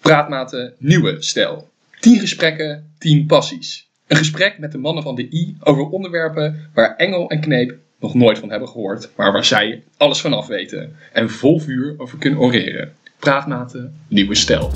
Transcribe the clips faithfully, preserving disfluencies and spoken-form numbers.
Praatmaten Nieuwe Stijl. tien gesprekken, tien passies. Een gesprek met de mannen van de I over onderwerpen waar Engel en Kneep nog nooit van hebben gehoord, maar waar zij alles vanaf weten en vol vuur over kunnen oreren. Praatmaten Nieuwe Stijl.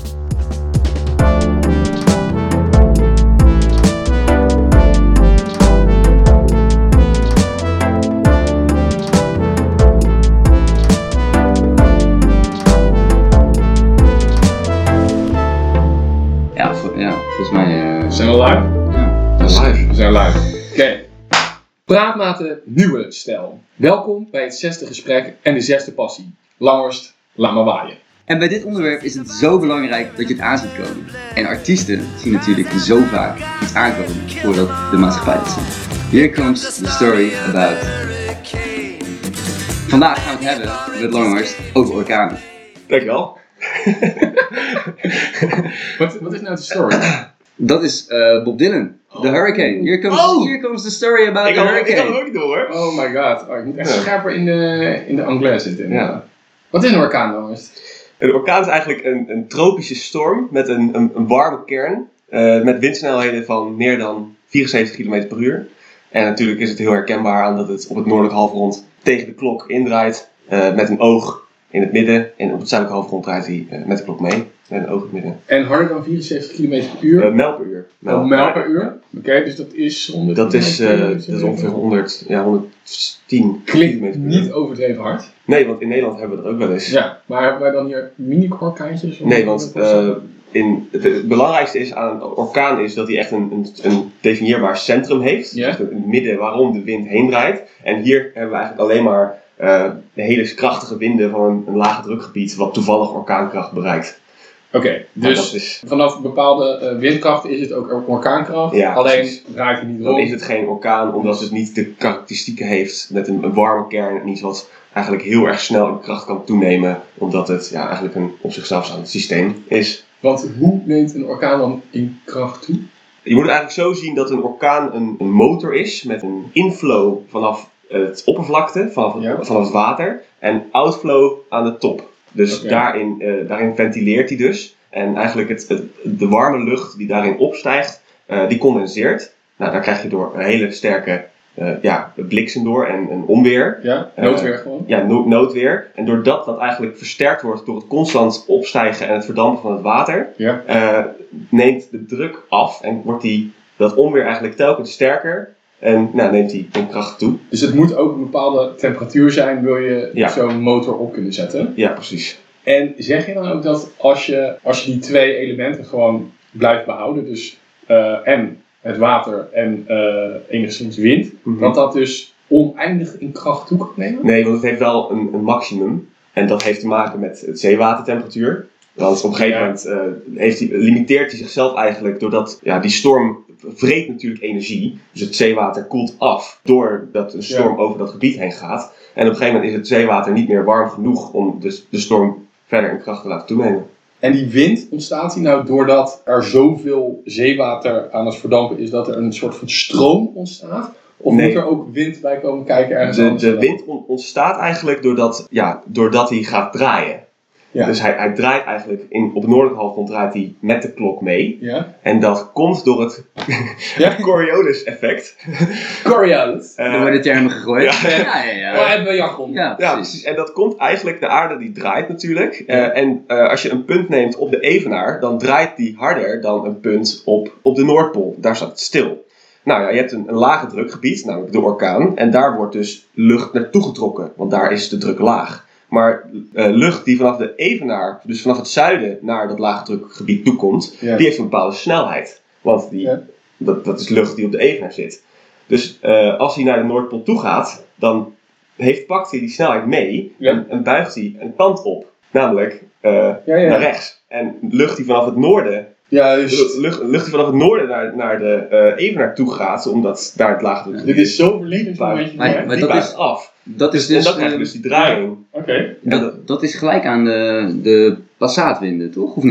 Volgens mij... Uh... Zijn we live? Ja, we zijn live. We zijn live. Oké. Okay. Praatmaten Nieuwe Stijl. Welkom bij het zesde gesprek en de zesde passie. Langhorst, laat maar waaien. En bij dit onderwerp is het zo belangrijk dat je het aan ziet komen. En artiesten zien natuurlijk zo vaak iets aankomen voordat de maatschappij het ziet. Here comes the story about... Vandaag gaan we het hebben met Langhorst over orkanen. Dankjewel. wat, wat is nou de story? Dat is uh, Bob Dylan, The Hurricane. Here comes, oh. here comes the story about ik the kan, hurricane. Ik kan er ook door hoor. Oh my god, oh, ik moet echt ja. scherper in de, in de anglais zitten. Ja. Wat is een orkaan dan? Een orkaan is eigenlijk een, een tropische storm met een, een, een warme kern. Uh, met windsnelheden van meer dan vierenzeventig kilometer per uur. En natuurlijk is het heel herkenbaar aan dat het op het noordelijk halfrond tegen de klok indraait. Uh, met een oog in het midden. En op het zuidelijk halfrond draait hij uh, met de klok mee. Met een oog in het midden. En harder dan vierenzeventig kilometer per uur? Uh, mijl per uur. Mijl, oh, mijl per uur? Oké, okay, dus dat is honderd. Dat is, uh, dat is ongeveer honderd, ja, honderdtien kilometer per uur. Niet overdreven hard. Nee, want in Nederland hebben we dat ook wel eens. Ja, maar hebben wij dan hier mini-orkaantjes? Nee, want uh, in, het, het belangrijkste is aan een orkaan is dat hij echt een, een, een definieerbaar centrum heeft. Ja. Dus het midden waarom de wind heen draait. En hier hebben we eigenlijk alleen maar uh, de hele krachtige winden van een, een lage drukgebied wat toevallig orkaankracht bereikt. Oké, okay, dus is... vanaf bepaalde uh, windkracht is het ook orkaankracht, ja, alleen precies. draait hij niet rond. Dan is het geen orkaan omdat het niet de karakteristieken heeft met een, een warme kern en iets wat eigenlijk heel erg snel in kracht kan toenemen, omdat het ja, eigenlijk een op zichzelf staand systeem is. Want hoe neemt een orkaan dan in kracht toe? Je moet het eigenlijk zo zien dat een orkaan een, een motor is met een inflow vanaf het oppervlakte, vanaf het, ja. vanaf het water, en outflow aan de top. Dus okay. daarin, uh, daarin ventileert hij dus. En eigenlijk het, het, de warme lucht die daarin opstijgt, uh, die condenseert. Nou, daar krijg je door een hele sterke uh, ja, bliksem door en, en onweer. Ja, noodweer uh, gewoon. Ja, no- noodweer. En doordat dat eigenlijk versterkt wordt door het constant opstijgen en het verdampen van het water, ja. uh, neemt de druk af en wordt die, dat onweer eigenlijk telkens sterker. En nou, neemt hij in kracht toe. Dus het moet ook een bepaalde temperatuur zijn, wil je ja. zo'n motor op kunnen zetten? Ja, precies. En zeg je dan ook dat als je, als je die twee elementen gewoon blijft behouden, dus uh, en het water en uh, enigszins wind, mm-hmm. dat dat dus oneindig in kracht toe kan nemen? Nee, want het heeft wel een, een maximum. En dat heeft te maken met het zeewatertemperatuur. Want op een gegeven ja. moment uh, heeft hij, limiteert hij zichzelf eigenlijk doordat ja, die storm vreet natuurlijk energie. Dus het zeewater koelt af doordat een storm ja. over dat gebied heen gaat. En op een gegeven moment is het zeewater niet meer warm genoeg om de, de storm verder in kracht te laten toenemen. En die wind, ontstaat die nou doordat er zoveel zeewater aan het verdampen is dat er een soort van stroom ontstaat? Of nee. moet er ook wind bij komen kijken ergens de, anders? De wind ontstaat eigenlijk doordat, ja, doordat hij gaat draaien. Ja. Dus hij, hij draait eigenlijk, in, op het noordelijk halfrond draait hij met de klok mee. Ja. En dat komt door het ja? Coriolis effect. Coriolis? Uh, er worden termen gegooid. Ja, ja, ja. ja. Oh, hebben we jargon. Ja, ja, precies. En dat komt eigenlijk, de aarde die draait natuurlijk. Ja. Uh, en uh, als je een punt neemt op de evenaar, dan draait die harder dan een punt op, op de Noordpool. Daar staat het stil. Nou ja, je hebt een, een lage drukgebied, namelijk de orkaan. En daar wordt dus lucht naartoe getrokken, want daar is de druk laag. Maar uh, lucht die vanaf de evenaar, dus vanaf het zuiden naar dat lage drukgebied toekomt, ja. die heeft een bepaalde snelheid. Want die, ja. dat, dat is lucht die op de evenaar zit. Dus uh, als hij naar de Noordpool toe gaat, dan heeft, pakt hij die snelheid mee ja. en, en buigt hij een kant op. Namelijk uh, ja, ja. naar rechts. En lucht die vanaf het noorden, Juist. lucht, lucht die vanaf het noorden naar, naar de uh, evenaar toe gaat, omdat daar het lage drukgebied is. Dit is zo'n verlievingsmomentje. Maar, maar, maar die dat buigt is af. Dat is dus, dus, en dat krijg je dus die draaiing. Ja. Okay. Dat, dat is gelijk aan de, de passaatwinden, toch? Of niet?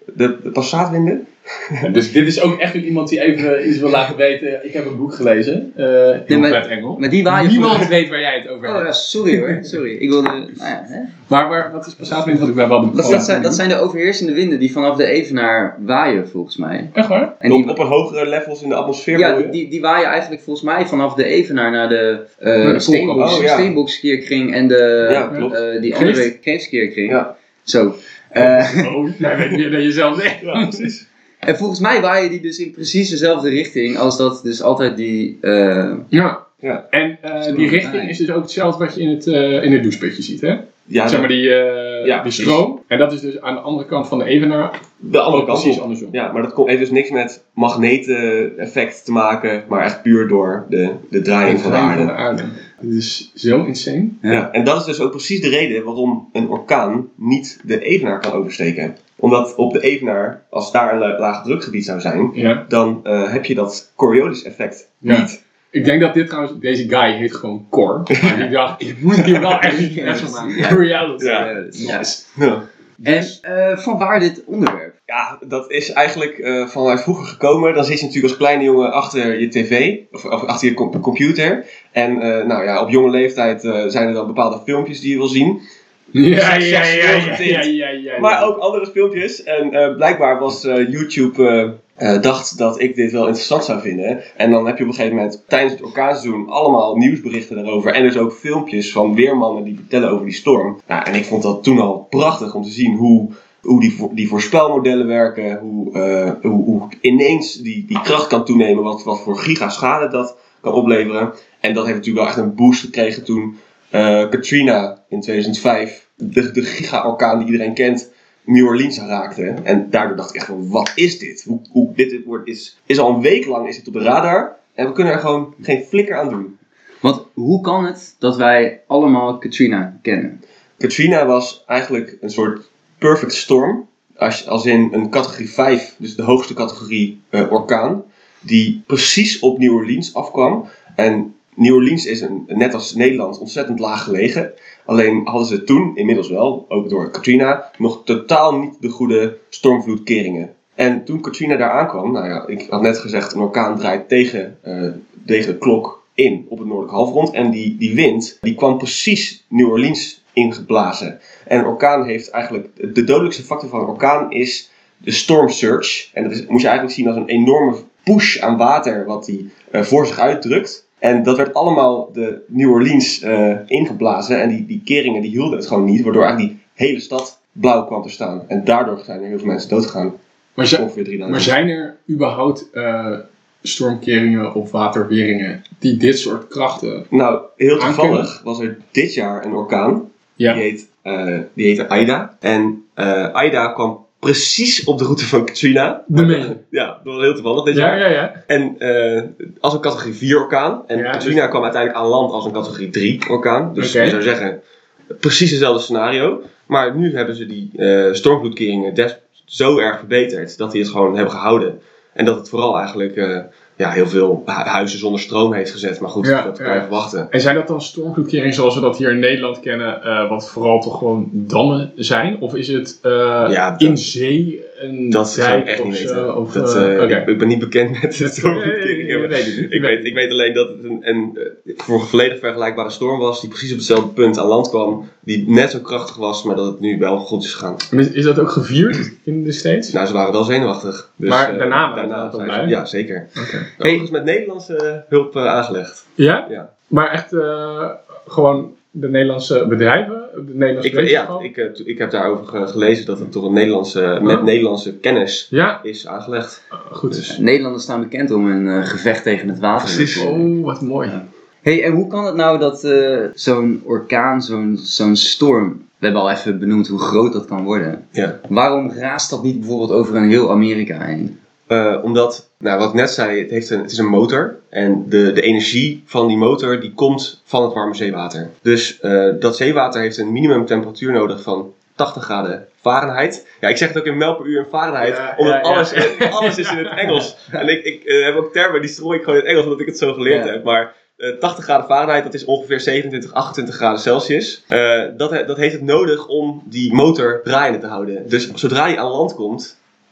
de, de passaatwinden. Dus dit is ook echt iemand die even iets wil laten weten. Ik heb een boek gelezen. Uh, Nee, maar- Vet Engel. Maar die waaien... Niemand weet waar jij het over Oh hebt. ja, sorry hoor. Sorry. Ik wilde... Nou ja, hè? Maar, maar wat is passaatwind? Want ik ben wel de Dat, dat, zijn, dat zijn de overheersende winden die vanaf de Evenaar waaien, volgens mij. Echt waar? En op, die, op een hogere levels in de atmosfeer. ja, bedoel die, je? die, die waaien eigenlijk volgens mij vanaf de Evenaar naar de, uh, Naar de Steenboks, Oh, ja. Steenbokskierkring en de, Ja, klopt. uh, die Geest? andere Geestskierkring. Ja. Zo. Uh, Oh, jij weet meer dan jezelf zegt. Ja, precies. en volgens mij waaien die dus in precies dezelfde richting als dat dus altijd die... Uh, Ja. Ja. En uh, die richting is dus ook hetzelfde wat je in het, uh, in het doucheputje ziet, hè? Ja, Zeg maar die, uh, Ja, die precies. stroom. En dat is dus aan de andere kant van de Evenaar de andere ook kant precies op. andersom. Ja, maar dat komt- heeft dus niks met magneten-effect te maken, maar echt puur door de, de draaiing van de Van de aarde. aarde. Dit is zo insane. Ja. Ja, en dat is dus ook precies de reden waarom een orkaan niet de Evenaar kan oversteken. Omdat op de Evenaar, als daar een la- laag drukgebied zou zijn, Ja. dan uh, heb je dat Coriolis-effect Ja. niet. Ik denk dat dit trouwens, deze guy heet gewoon Cor. Maar ik dacht, ik moet hier wel echt iets Ja, van maken. ja. Reality. Ja. ja, dat is- Nice. Ja. En uh, van waar dit onderwerp? Ja, dat is eigenlijk uh, vanuit vroeger gekomen. Dan zit je natuurlijk als kleine jongen achter je tv, of, of achter je com- computer. En uh, nou ja, op jonge leeftijd uh, zijn er dan bepaalde filmpjes die je wil zien. Ja, ja, ja, ja, ja, ja, ja. Maar ook andere filmpjes. En uh, blijkbaar was uh, YouTube uh, uh, dacht dat ik dit wel interessant zou vinden. En dan heb je op een gegeven moment tijdens het orkaanseizoen allemaal nieuwsberichten daarover. En dus ook filmpjes van weermannen die vertellen over die storm. Nou, en ik vond dat toen al prachtig om te zien hoe, hoe die, vo- die voorspelmodellen werken. Hoe, uh, hoe, hoe ineens die, die kracht kan toenemen. Wat, wat voor gigaschade dat kan opleveren. En dat heeft natuurlijk wel echt een boost gekregen toen uh, Katrina in tweeduizend vijf, de, de giga-orkaan die iedereen kent, New Orleans raakte. En daardoor dacht ik echt van, wat is dit? Hoe, hoe, dit wordt, is, is al een week lang is dit op de radar. En we kunnen er gewoon geen flikker aan doen. Want hoe kan het dat wij allemaal Katrina kennen? Katrina was eigenlijk een soort perfect storm. Als, als in een categorie vijf, dus de hoogste categorie uh, orkaan. Die precies op New Orleans afkwam. En New Orleans is een, net als Nederland ontzettend laag gelegen. Alleen hadden ze toen, inmiddels wel, ook door Katrina, nog totaal niet de goede stormvloedkeringen. En toen Katrina daar aankwam, nou ja, ik had net gezegd, een orkaan draait tegen, uh, tegen de klok in op het noordelijk halfrond. En die, die wind, die kwam precies New Orleans ingeblazen. En een orkaan heeft eigenlijk, de dodelijkste factor van een orkaan is de storm surge. En dat is, moet je eigenlijk zien als een enorme push aan water wat die uh, voor zich uitdrukt. En dat werd allemaal de New Orleans uh, ingeblazen. En die, die keringen die hielden het gewoon niet. Waardoor eigenlijk die hele stad blauw kwam te staan. En daardoor zijn er heel veel mensen doodgegaan. Maar, zi- Ongeveer drieduizend. maar zijn er überhaupt uh, stormkeringen of waterweringen die dit soort krachten... Nou, heel toevallig aankunnen? was er dit jaar een orkaan. Ja. Die, heet, uh, die heette Ida. En uh, Ida kwam precies op de route van Katrina. De meen. Ja, dat was heel toevallig dit Ja, jaar. ja, ja. En uh, als een categorie vier orkaan. En Ja, Katrina dus- kwam uiteindelijk aan land als een categorie drie orkaan. Dus Oké. je zou zeggen, precies hetzelfde scenario. Maar nu hebben ze die uh, stormvloedkeringen des- zo erg verbeterd dat die het gewoon hebben gehouden. En dat het vooral eigenlijk uh, ja, heel veel hu- huizen zonder stroom heeft gezet. Maar goed, Ja, dat kan ja. je verwachten. En zijn dat dan stormvloedkeringen zoals we dat hier in Nederland kennen, uh, wat vooral toch gewoon dammen zijn? Of is het uh, Ja, dat- in zee een Dat zou ik dijk echt of niet zo? weten. Of, dat, uh, uh, oké. ik, ik ben niet bekend met de Nee, stormvloedkeringen. je weet het niet. Ik weet, ik weet alleen dat het een, een, uh, voor een volledig vergelijkbare storm was die precies op hetzelfde punt aan land kwam. Die net zo krachtig was, maar dat het nu wel goed is gegaan. En Is, is dat ook gevierd in de States? Nou, ze waren wel zenuwachtig. Dus, Maar uh, daarna waren ze wel zijn blij? ze- Ja, zeker. Oké. Overigens met Nederlandse hulp uh, aangelegd. Ja? Ja. Maar echt uh, gewoon de Nederlandse bedrijven? De Nederlandse Ik, ja, wetenschap? ik, uh, to- ik heb daarover ge- gelezen dat het door een Nederlandse, Oh. met Nederlandse kennis Ja, is aangelegd. uh, goed. Dus- Nederlanders staan bekend om een uh, gevecht tegen het water. Precies. Oh, wat mooi. Ja. Hey, en hoe kan het nou dat uh, zo'n orkaan, zo'n, zo'n storm, we hebben al even benoemd hoe groot dat kan worden. Ja. Waarom raast dat niet bijvoorbeeld over een heel Amerika heen? Uh, omdat, nou, wat ik net zei, het, heeft een, het is een motor. En de, de energie van die motor die komt van het warme zeewater. Dus uh, dat zeewater heeft een minimumtemperatuur nodig van tachtig graden Fahrenheit. Ja, ik zeg het ook in mijl per uur in Fahrenheit, Ja, omdat ja, ja. alles, alles is in het Engels. En ik, ik uh, heb ook termen die strooi ik gewoon in het Engels, omdat ik het zo geleerd Ja. heb. Maar uh, tachtig graden Fahrenheit, dat is ongeveer zevenentwintig, achtentwintig graden Celsius. Uh, dat, dat heeft het nodig om die motor draaiende te houden. Dus zodra die aan land komt,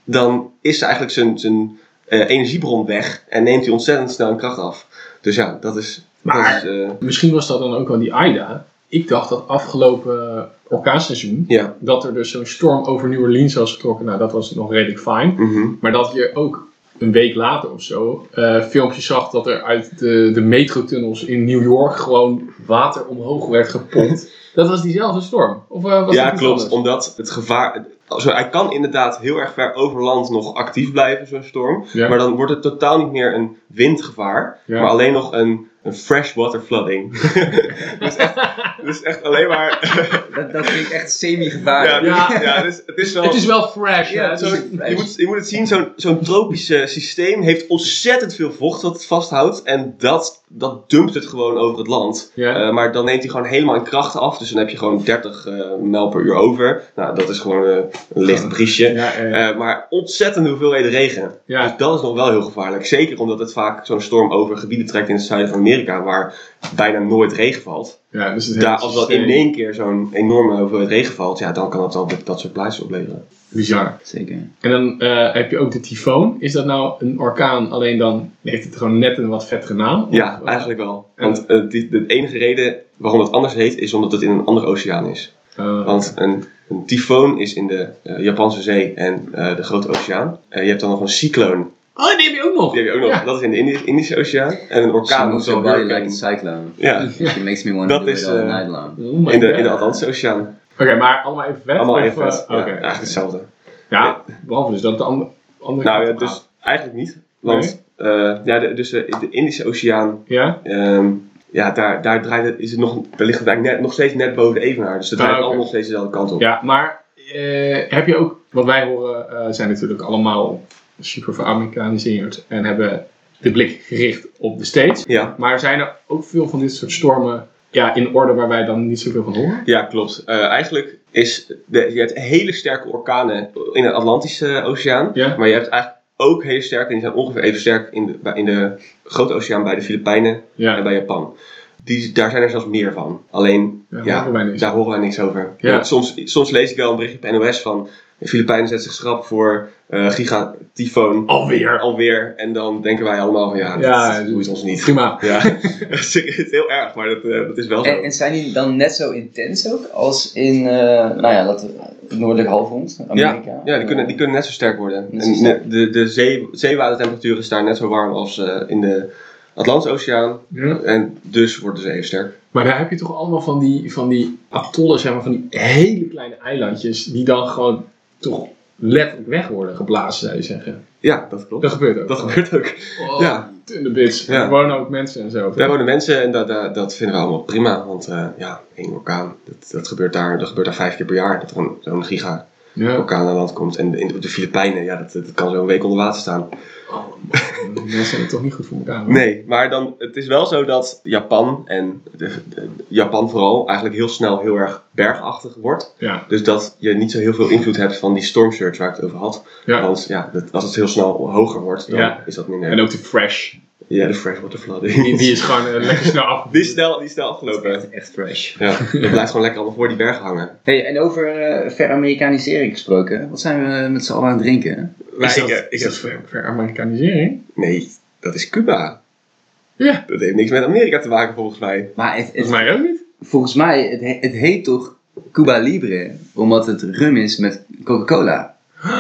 dan is eigenlijk zijn, zijn uh, energiebron weg en neemt hij ontzettend snel in kracht af. Dus ja, dat is... Maar dat is, uh, misschien was dat dan ook wel die Ida. Ik dacht dat afgelopen orkaanseizoen, ja. dat er dus zo'n storm over New Orleans was getrokken. Nou, dat was nog redelijk fijn. Mm-hmm. Maar dat je ook een week later of zo uh, filmpjes zag dat er uit de, de metrotunnels in New York gewoon water omhoog werd gepompt. Dat was diezelfde storm? Of, uh, was ja, dat iets klopt. anders? Omdat het gevaar... Also, hij kan inderdaad heel erg ver over land nog actief blijven, zo'n storm. Ja. Maar dan wordt het totaal niet meer een windgevaar. Ja. Maar alleen nog een, een freshwater flooding. dus, echt, dus echt alleen maar... Dat, dat vind ik echt semi-gevaarlijk. ja, Ja. dus, ja dus het is wel... Het is wel fresh. Ja, hè? het Zo, is Zo- fresh. je, moet, je moet het zien, zo'n zo'n tropisch uh, systeem heeft ontzettend veel vocht dat het vasthoudt. En dat, dat dumpt het gewoon over het land. Ja. Uh, maar dan neemt hij gewoon helemaal in kracht af. Dus dan heb je gewoon dertig uh, mijl per uur over. Nou, dat is gewoon uh, een licht briesje. Ja, ja, Uh, maar ontzettende hoeveelheden regen. ja. Dus dat is nog wel heel gevaarlijk. Zeker omdat het vaak zo'n storm over gebieden trekt in het zuiden van Amerika. Waar bijna nooit regen valt. ja, dus het Daar, hele als wel systeem. in één keer zo'n enorme hoeveelheid regen valt. Ja, dan kan het wel dat soort plaatsen opleveren. Bizar. Zeker. En dan uh, heb je ook de tyfoon. Is dat nou een orkaan, alleen dan heeft het gewoon net een wat vettere naam? Ja, Of, eigenlijk wel. en- Want uh, die, de enige reden waarom het anders heet, is omdat het in een andere oceaan is. uh, Want een, een tyfoon is in de uh, Japanse Zee en uh, de Grote Oceaan. Uh, je hebt dan nog een cycloon. Oh, die heb je ook nog. Die heb je ook nog. Ja. Dat is in de Indi- Indische Oceaan. En een orkaan She is moves her wel body like a hurricane. cyclone. Ja, She makes me want to Dat do is, it all uh, night long. Oh my in de, in de God. Atlantische Oceaan. Oké, maar allemaal even vet? Allemaal of, even vet. uh, Ja, oké. eigenlijk hetzelfde. Ja, behalve dus dat het de andere, andere Nou ja, kant op dus gaat. eigenlijk niet. Want uh, ja, de, dus de, de Indische Oceaan, Ja? um, ja, daar, daar, draait het, is het nog, daar ligt het eigenlijk net, nog steeds net boven de evenaar. Dus het Ah, draait oké. allemaal nog steeds dezelfde kant op. Ja, maar uh, heb je ook, wat wij horen uh, zijn natuurlijk allemaal super veramerikaniseerd en hebben de blik gericht op de States. Ja. Maar zijn er ook veel van dit soort stormen ja, in orde waar wij dan niet zoveel van horen? Ja, klopt. Uh, eigenlijk is de, je hebt hele sterke orkanen in de Atlantische Oceaan. Ja? Maar je hebt eigenlijk ook hele sterke, die zijn ongeveer even sterk in de, in de Grote Oceaan bij de Filipijnen Ja. en bij Japan. Die, daar zijn er zelfs meer van. Alleen, Ja, ja, horen wij niks. daar horen wij niks over. Ja. Ja, soms, soms lees ik wel een berichtje op N O S van de Filipijnen zet zich schrap voor uh, gigatyfoon. Alweer. Alweer. En dan denken wij allemaal van ja, dat, Ja, dat boeit ons niet. Prima. Ja, het is heel erg, maar dat, uh, dat is wel zo. En, en zijn die dan net zo intens ook als in, uh, nou ja, laten we, het noordelijk halfrond, Amerika? Ja, die kunnen, die kunnen net zo sterk worden. Net zo En sterk. de, de zee, zeewatertemperaturen is daar net zo warm als uh, in de Atlantische Oceaan. Ja. En dus worden ze even sterk. Maar daar heb je toch allemaal van die, van die atollen, zeg maar, van die hele kleine eilandjes, die dan gewoon toch letterlijk weg worden geblazen, zou je zeggen. Ja, dat klopt. Dat gebeurt ook. Dat gebeurt ook. Oh, Ja. in de bits. Ja. Er wonen ook mensen en zo. Daar wonen mensen en dat, dat, dat vinden we allemaal prima. Want uh, ja, één orkaan, dat, dat, gebeurt daar, dat gebeurt daar vijf keer per jaar. Dat er een, zo'n giga Ja. orkaan aan land komt. En in, op de Filipijnen, ja, dat, dat kan zo'n week onder water staan. Oh, man. Mensen zijn het toch niet goed voor elkaar. hoor. Nee, maar dan, het is wel zo dat Japan, en de, de- Japan vooral, eigenlijk heel snel heel erg bergachtig wordt. Ja. Dus dat je niet zo heel veel invloed hebt van die storm surge waar ik het over had. Ja. Want ja, dat, als het heel snel hoger wordt, dan Ja. is dat minder. En ook die fresh. Ja, de freshwater flooding. Die, die is gewoon uh, lekker snel af. Die is snel, die is snel afgelopen. Echt, echt fresh. Ja, dat blijft gewoon lekker allemaal voor die bergen hangen. Hey, en over uh, veramerikanisering gesproken, wat zijn we met z'n allen aan het drinken? Maar Is ik, dat, eh, is ik dat heb, ver, ver-Amerikanisering? nee, dat is Cuba. Ja. Dat heeft niks met Amerika te maken volgens mij. Maar het, Volgens het, mij ook niet. volgens mij, het, he- het heet toch Cuba Libre, omdat het rum is met Coca-Cola.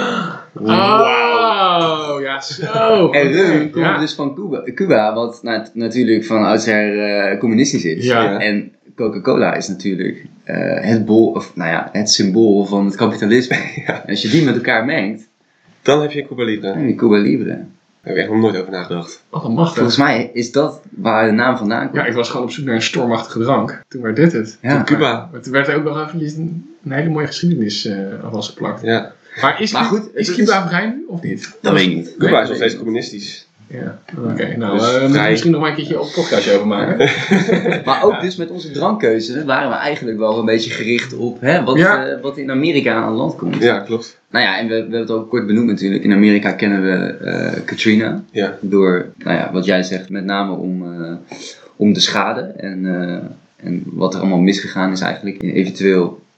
Oh, ja, zo. En rum komt Ja. dus van Cuba, Cuba wat na- natuurlijk van oudsher eh, communistisch is. Ja. En Coca-Cola is natuurlijk eh, het, bol, of, nou ja, het symbool van het kapitalisme. Ja. En als je die met elkaar mengt, Dan heb je Cuba Libre. dan heb je Cuba Libre. Daar heb ik echt nog nooit over nagedacht. Wat een machtig. Volgens mij is dat waar de naam vandaan komt. Ja, ik was gewoon op zoek naar een stormachtige drank. Toen werd dit het. Ja. Cuba. Maar toen werd er ook nog eventjes een, een hele mooie geschiedenis uh, aan vastgeplakt. Ja. Maar is, Maar goed, is het Cuba is- vrij nu of niet? Dat weet ik niet. Cuba Nee, is nog steeds communistisch. Ja, oké. Nou, Dus uh, moeten we vrij. misschien nog maar een keertje op een podcastje over maken. Maar ook dus met onze drankkeuze waren we eigenlijk wel een beetje gericht op hè, wat, Ja. eh, wat in Amerika aan land komt. Ja, klopt. Nou ja, en we, we hebben het ook kort benoemd natuurlijk. In Amerika kennen we eh, Katrina. Ja. Door, nou ja, wat jij zegt, met name om, eh, om de schade. En, eh, en wat er allemaal misgegaan is eigenlijk in eventueel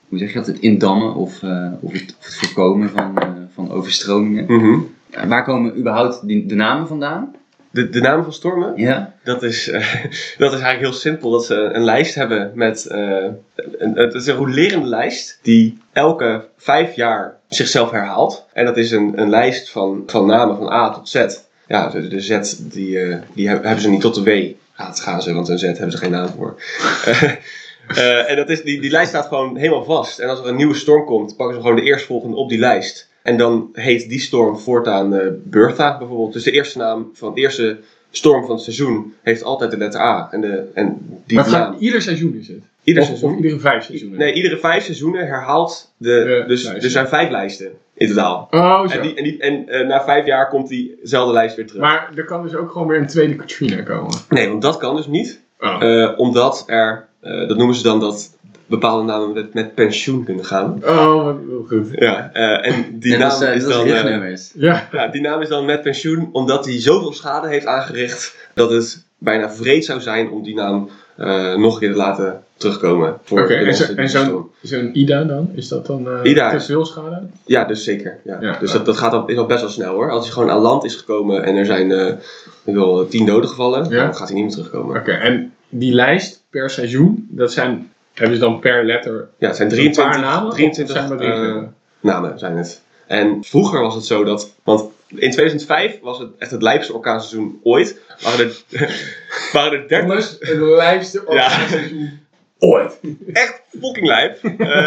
hoe zeg je dat, het indammen of, uh, of, het, of het voorkomen van, uh, van overstromingen. Mm-hmm. Uh, waar komen überhaupt die, de namen vandaan? De, de namen van stormen? Ja. Dat is, uh, dat is eigenlijk heel simpel. Dat ze een lijst hebben met... Uh, een, het is een rolerende lijst die elke vijf jaar zichzelf herhaalt. En dat is een, een lijst van, van namen van A tot Z. Ja, de, de Z die, uh, die hebben ze niet tot de W. Ja, het gaan ze, want een Z hebben ze geen naam voor. uh, uh, en dat is, die, die lijst staat gewoon helemaal vast. En als er een nieuwe storm komt, pakken ze gewoon de eerstvolgende op die lijst. En dan heet die storm voortaan uh, Bertha bijvoorbeeld. Dus de eerste naam van de eerste storm van het seizoen heeft altijd de letter A. En, de, en die maar naam... gaat ieder seizoen is het? Ieder of, seizoen. Of iedere vijf seizoenen? Nee, iedere vijf seizoenen herhaalt de... De dus lijst. er zijn vijf lijsten in totaal. Oh, zo. En, die, en, die, en uh, na vijf jaar komt diezelfde lijst weer terug. Maar er kan dus ook gewoon weer een tweede Katrina komen. Nee, want dat kan dus niet. Oh. Uh, omdat er... Uh, dat noemen ze dan dat bepaalde namen met, met pensioen kunnen gaan. Oh, wat goed. Ja, uh, en die en naam dat is, uh, is dat dan... is Uh, rugnummers. Ja. ja, die naam is dan met pensioen omdat hij zoveel schade heeft aangericht dat het bijna vreed zou zijn om die naam uh, nog een keer te laten terugkomen. Voor Oké, de en, zo, mensen die en zo'n, storm. zo'n Ida dan? Is dat dan uh, Ida. te veel schade? Ja, dus zeker. Ja. Ja, dus ja. dat, dat gaat al, is al best wel snel hoor. Als hij gewoon aan land is gekomen en er zijn uh, ik wil, tien doden gevallen, Ja. dan gaat hij niet meer terugkomen. Oké, en die lijst per seizoen, dat zijn, hebben ze dan per letter Ja, het zijn een drieëntwintig, paar namen? drieëntwintig Of zijn er maar drie? uh, namen zijn het. En vroeger was het zo dat, want in tweeduizend vijf was het echt het lijpste orkaanseizoen ooit. Waren er, waren er dertig... Jongens, het lijpste orkaanseizoen ooit. Echt fucking lijp.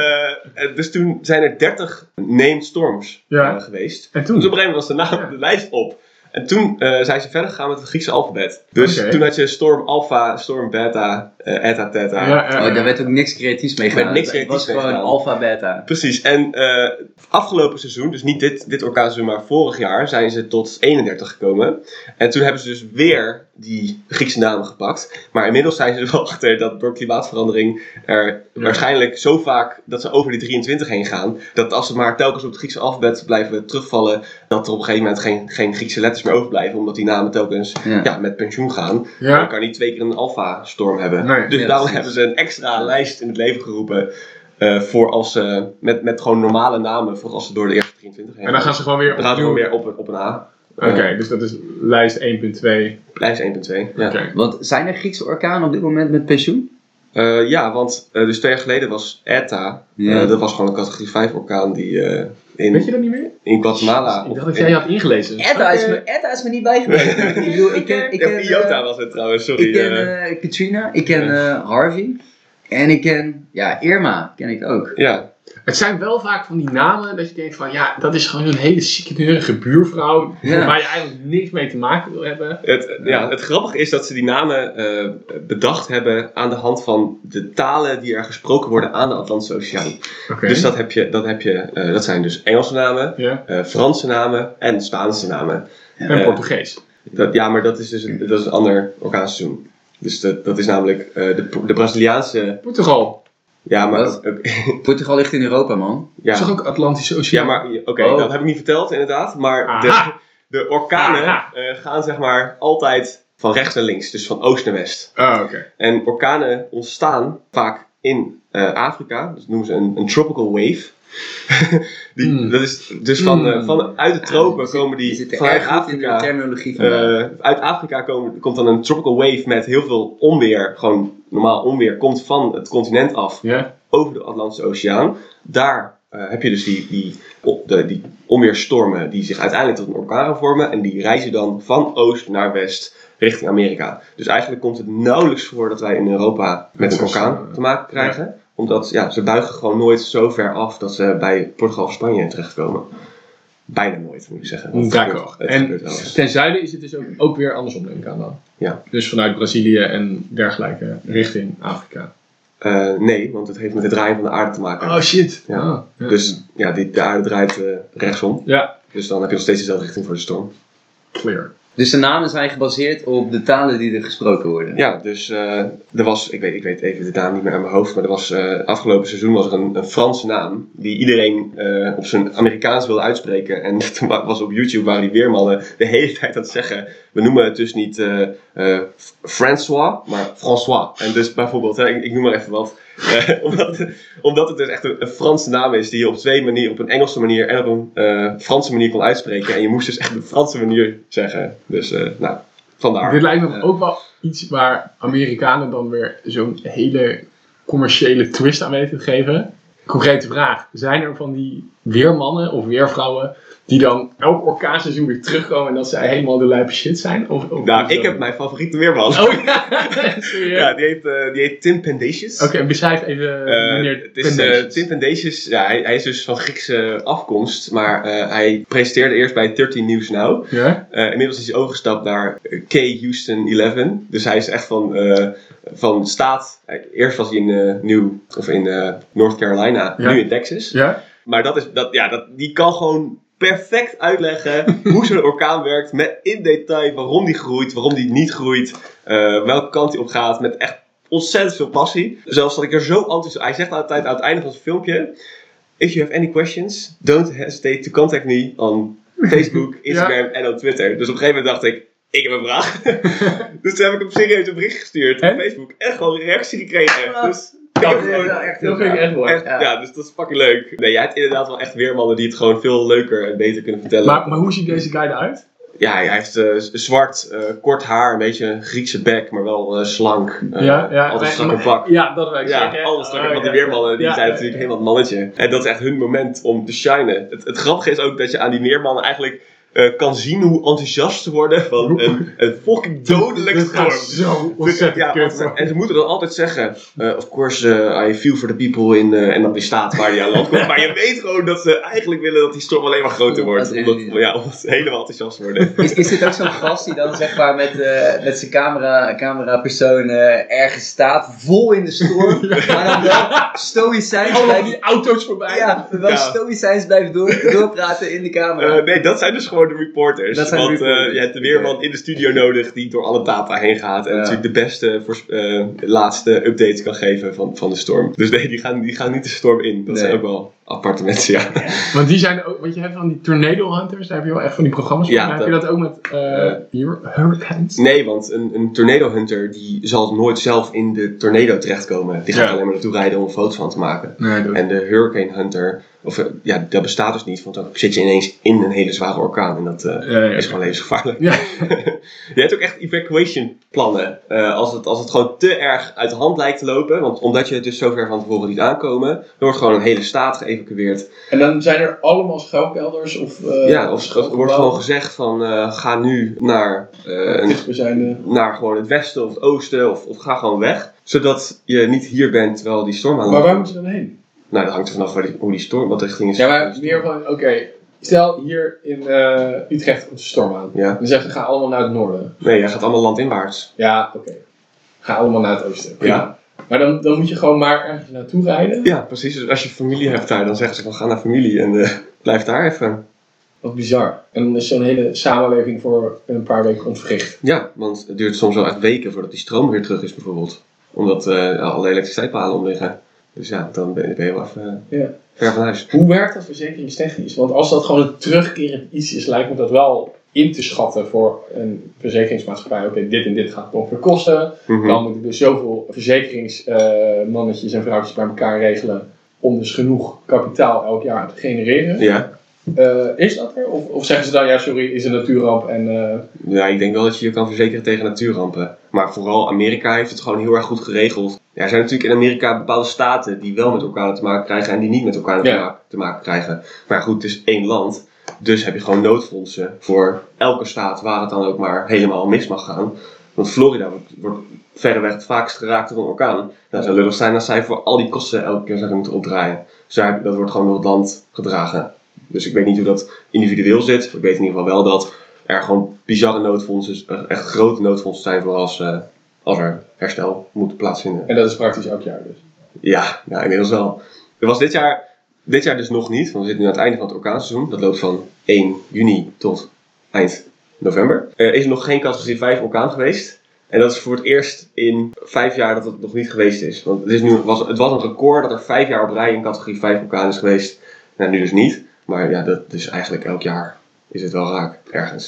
Uh, dus toen zijn er dertig named storms Ja. uh, geweest. En Dus op toen? een gegeven moment was de naam Ja. de lijst op. En toen uh, zijn ze verder gegaan met het Griekse alfabet. Dus Oké. toen had je storm alpha, storm beta, uh, eta, theta. Ja, ja, Oh, daar werd ook niks creatiefs mee Er werd gedaan. niks Het was creatiefs mee gewoon gedaan. alpha beta. Precies. En uh, afgelopen seizoen, dus niet dit, dit orkaanseizoen, maar vorig jaar, zijn ze tot eenendertig gekomen. En toen hebben ze dus weer die Griekse namen gepakt. Maar inmiddels zijn ze er wel achter dat door klimaatverandering er Ja. waarschijnlijk zo vaak dat ze over die drieëntwintig heen gaan. Dat als ze maar telkens op het Griekse alfabet blijven terugvallen, dat er op een gegeven moment geen, geen Griekse letters meer overblijven. Omdat die namen telkens Ja. ja, met pensioen gaan. Ja. Dan kan je niet twee keer een alfa-storm hebben. Nee. Dus Ja, daarom precies. hebben ze een extra lijst in het leven geroepen. Uh, voor als ze met, met gewoon normale namen, voor als ze door de eerste drieëntwintig heen En dan gaan ze gewoon weer dan gaan ze gewoon opnieuw- weer op, een- op een A. Oké, Uh, dus dat is lijst één punt twee. lijst één punt twee. Ja. Oké. Want zijn er Griekse orkanen op dit moment met pensioen? Uh, ja, want uh, dus twee jaar geleden was Eta. Ja. Uh, dat was gewoon een categorie vijf orkaan die uh, in, Weet je dat niet meer? in Guatemala. Ik dacht dat jij je had ingelezen. Etta is, Oké. me, Etta is me niet bijgebleven. Ik bedoel, ik ken, ik Ja, ken, Iota eh, was het trouwens, sorry. ik ken uh, eh, Katrina, ik ken eh, Harvey en ik ken, ja, Irma ken ik ook. ja. Het zijn wel vaak van die namen dat je denkt van ja, dat is gewoon zo'n hele ziekeneurige buurvrouw Ja. waar je eigenlijk niks mee te maken wil hebben. Het, ja, het grappige is dat ze die namen uh, bedacht hebben aan de hand van de talen die er gesproken worden aan de Atlantische Oceaan. Oké. Dus dat, heb je, dat, heb je, uh, dat zijn dus Engelse namen, Ja. uh, Franse namen en Spaanse namen. En Eh, Portugees. Dat, ja, maar dat is dus een, dat is een ander orkaanseizoen. Dus dat, dat is namelijk uh, de, de Braziliaanse... Portugal. Ja, maar... Wat? ook- Portugal ligt in Europa, man. ja. Is toch ook Atlantische ja, Oceaan? maar oké, Oh. dat heb ik niet verteld inderdaad. Maar de, Aha. de orkanen Aha. uh, gaan zeg maar altijd van rechts naar links. Dus van oost naar west. Ah, oké. En orkanen ontstaan vaak in uh, Afrika. Dat noemen ze een, een tropical wave. die, Mm. Dat is dus van, uh, Mm. van uit de tropen Je zit- komen je die zit er vanuit erg goed in Afrika. de terminologie vandaan. Uh, uit Afrika komen, komt dan een tropical wave met heel veel onweer. Gewoon normaal onweer komt van het continent af Ja? over de Atlantische Oceaan. Daar uh, heb je dus die, die, op de, die onweerstormen die zich uiteindelijk tot een orkaan gaan vormen. En die reizen dan van oost naar west richting Amerika. Dus eigenlijk komt het nauwelijks voor dat wij in Europa met een orkaan te maken krijgen. Omdat ja, ze buigen gewoon nooit zo ver af dat ze bij Portugal of Spanje terechtkomen. Bijna nooit, moet ik zeggen. Want het D'accord. gebeurt- het En gebeurt wel eens. ten zuiden is het dus ook, ook weer andersom, denk ik aan dan. Ja. Dus vanuit Brazilië en dergelijke richting Afrika. Uh, nee, want het heeft met het draaien van de aarde te maken. Oh shit. Ja. Ah, ja. Dus ja, die, de aarde draait uh, rechtsom. Ja, Dus dan heb je nog steeds dezelfde richting voor de storm. clear. Dus de namen zijn gebaseerd op de talen die er gesproken worden. Ja, dus uh, er was, ik weet, ik weet even de naam niet meer uit mijn hoofd, maar er was uh, afgelopen seizoen was er een, een Franse naam die iedereen uh, op zijn Amerikaans wilde uitspreken. En toen was op YouTube waren die weermannen de hele tijd aan het zeggen we noemen het dus niet uh, uh, François, maar François. En dus bijvoorbeeld, hè, ik, ik noem maar even wat. Uh, omdat, omdat het dus echt een, een Franse naam is die je op twee manieren, op een Engelse manier en op een uh, Franse manier kon uitspreken. En je moest dus echt de Franse manier zeggen. Dus, uh, nou, vandaar. Dit lijkt me uh, ook wel iets waar Amerikanen dan weer zo'n hele commerciële twist aan weten te geven. Concrete vraag. Zijn er van die weermannen of weervrouwen die dan elk orkaanseizoen weer terugkomen en dat zij helemaal de lijpe shit zijn? Of, of nou, of ik heb mijn favoriete weerman. Oh ja, serieus? Ja, die heet, uh, die heet Tim Pendacious. Oké, okay, beschrijf even uh, meneer het is, uh, Tim Pendacious, ja, hij, hij is dus van Griekse afkomst, maar uh, hij presenteerde eerst bij dertien News Now. Ja? Uh, inmiddels is hij overgestapt naar K Houston elf. Dus hij is echt van, uh, van staat. Eerst was hij in, uh, New, of in uh, North Carolina, ja. nu in Texas. Ja? Maar dat is, dat, ja, dat, die kan gewoon perfect uitleggen hoe zo'n orkaan werkt. Met in detail waarom die groeit, waarom die niet groeit. Uh, welke kant hij op gaat. Met echt ontzettend veel passie. Zelfs dat ik er zo enthousiast... Hij zegt altijd aan het einde van zijn filmpje: If you have any questions, don't hesitate to contact me on Facebook, Instagram ja. en op Twitter. Dus op een gegeven moment dacht ik, ik heb een vraag. Dus toen heb ik hem serieus een bericht gestuurd en? op Facebook. En gewoon een reactie gekregen. Ja. Dus... Dat, ja, ja, echt, dat vind ik echt mooi. Echt, ja. ja, dus dat is fucking leuk. Nee, jij hebt inderdaad wel echt weermannen die het gewoon veel leuker en beter kunnen vertellen. Maar, maar hoe ziet deze guy eruit? Ja, hij heeft uh, zwart, uh, kort haar, een beetje een Griekse bek, maar wel uh, slank. Uh, ja, ja, altijd strak maar, pak. Ja, dat wil ik ja, zeggen. alles strak. Oh, Want die ja, weermannen die ja, zijn ja, natuurlijk ja. helemaal het mannetje. En dat is echt hun moment om te shinen. Het, het grappige is ook dat je aan die weermannen eigenlijk uh, kan zien hoe enthousiast ze worden van een, een fucking dodelijke storm. Zo ontzettend ja, kut. want, en ze moeten dan altijd zeggen, uh, of course uh, I feel for the people in, uh, en dan die staat waar die aan land komt. Maar je weet gewoon dat ze eigenlijk willen dat die storm alleen maar groter wordt. Omdat, ja, omdat ze helemaal enthousiast worden. Is, is dit ook zo'n gast die dan zeg maar met, uh, met zijn camera, camerapersoon uh, ergens staat, vol in de storm, maar dan wel stoïcijns Allemaal blijft... die auto's voorbij. Ja, wel Ja. stoïcijns blijft door, doorpraten in de camera. Uh, nee, dat zijn dus gewoon de reporters. Dat zijn Want de reporters. Uh, je hebt de weerman in de studio nodig die door alle data heen gaat. En Ja. natuurlijk de beste, voor, uh, laatste updates kan geven van, van de storm. Dus nee, die gaan, die gaan niet de storm in. Dat Nee. zijn ook wel aparte mensen, ja. Want die zijn er ook, want je hebt van die Tornado Hunters, daar heb je wel echt van die programma's van. Ja, heb dat- je dat ook met uh, hier, Hurricanes? Nee, want een, een tornado hunter die zal nooit zelf in de tornado terechtkomen. Die gaat Ja. alleen maar naartoe rijden om een foto van te maken. Nee, dat En de hurricane hunter, of uh, ja, dat bestaat dus niet. Want dan zit je ineens in een hele zware orkaan. En dat uh, Ja, ja, ja. is gewoon levensgevaarlijk. Ja. Je hebt ook echt evacuation plannen. Uh, als, het, als het gewoon te erg uit de hand lijkt te lopen. Want omdat je het dus zo ver van tevoren liet aankomen. Dan wordt gewoon een hele staat geëvacueerd. En dan zijn er allemaal schuilkelders of... Uh, ja, of er wordt gewoon gezegd van uh, ga nu naar, uh, een, dichtstbijzijnde... naar gewoon het westen of het oosten. Of, of ga gewoon weg. Zodat je niet hier bent terwijl die storm aan de Maar waar hand moeten ze dan heen? Nou, dat hangt er vanaf waar die, hoe die storm, wat de richting is. Ja, maar meer van, oké, stel hier in uh, Utrecht komt de storm aan. Ja. Dan zeggen ze, ga allemaal naar het noorden. Nee, jij gaat allemaal landinwaarts. Ja, oké. Ga allemaal naar het oosten. Prima. Ja. Maar dan, dan moet je gewoon maar ergens naartoe rijden. Ja, precies. Dus als je familie hebt daar, dan zeggen ze van ga naar familie en uh, blijf daar even. Wat bizar. En dan is zo'n hele samenleving voor een paar weken ontwricht. Ja, want het duurt soms wel echt weken voordat die stroom weer terug is bijvoorbeeld. Omdat uh, alle elektriciteitspalen om liggen. Dus ja, dan ben je, ben je wel even uh, Ja. ver van huis. Hoe werkt dat verzekeringstechnisch? Want als dat gewoon een terugkerend iets is, lijkt me dat wel in te schatten voor een verzekeringsmaatschappij. Oké, dit en dit gaat het ongeveer kosten. Mm-hmm. Dan moet ik dus zoveel verzekeringsmannetjes en vrouwtjes bij elkaar regelen om dus genoeg kapitaal elk jaar te genereren. Ja. Uh, is dat er? Of, of zeggen ze dan, ja sorry, is een natuurramp en... Uh... ja, ik denk wel dat je je kan verzekeren tegen natuurrampen. Maar vooral Amerika heeft het gewoon heel erg goed geregeld. Ja, er zijn natuurlijk in Amerika bepaalde staten die wel met elkaar te maken krijgen en die niet met elkaar Ja. te, maken, te maken krijgen. Maar goed, het is één land. Dus heb je gewoon noodfondsen voor elke staat waar het dan ook maar helemaal mis mag gaan. Want Florida wordt, wordt verreweg het vaakst geraakt door een orkaan. Dat zou lullig zijn als zij voor al die kosten elke keer zouden moeten opdraaien. Dus daar, dat wordt gewoon door het land gedragen. Dus ik weet niet hoe dat individueel zit. Ik weet in ieder geval wel dat er gewoon bizarre noodfondsen, echt grote noodfondsen zijn voor als, uh, als er herstel moet plaatsvinden. En dat is praktisch elk jaar dus. Ja, ja, inmiddels wel. Er was dit jaar, dit jaar dus nog niet, want we zitten nu aan het einde van het orkaanseizoen. Dat loopt van één juni tot eind november. Er is nog geen categorie vijf orkaan geweest. En dat is voor het eerst in vijf jaar dat het nog niet geweest is. Want het, is nu, was, het was een record dat er vijf jaar op rij een categorie vijf orkaan is geweest. Nou, nu dus niet. Maar ja, dat is eigenlijk elk jaar is het wel raak, ergens.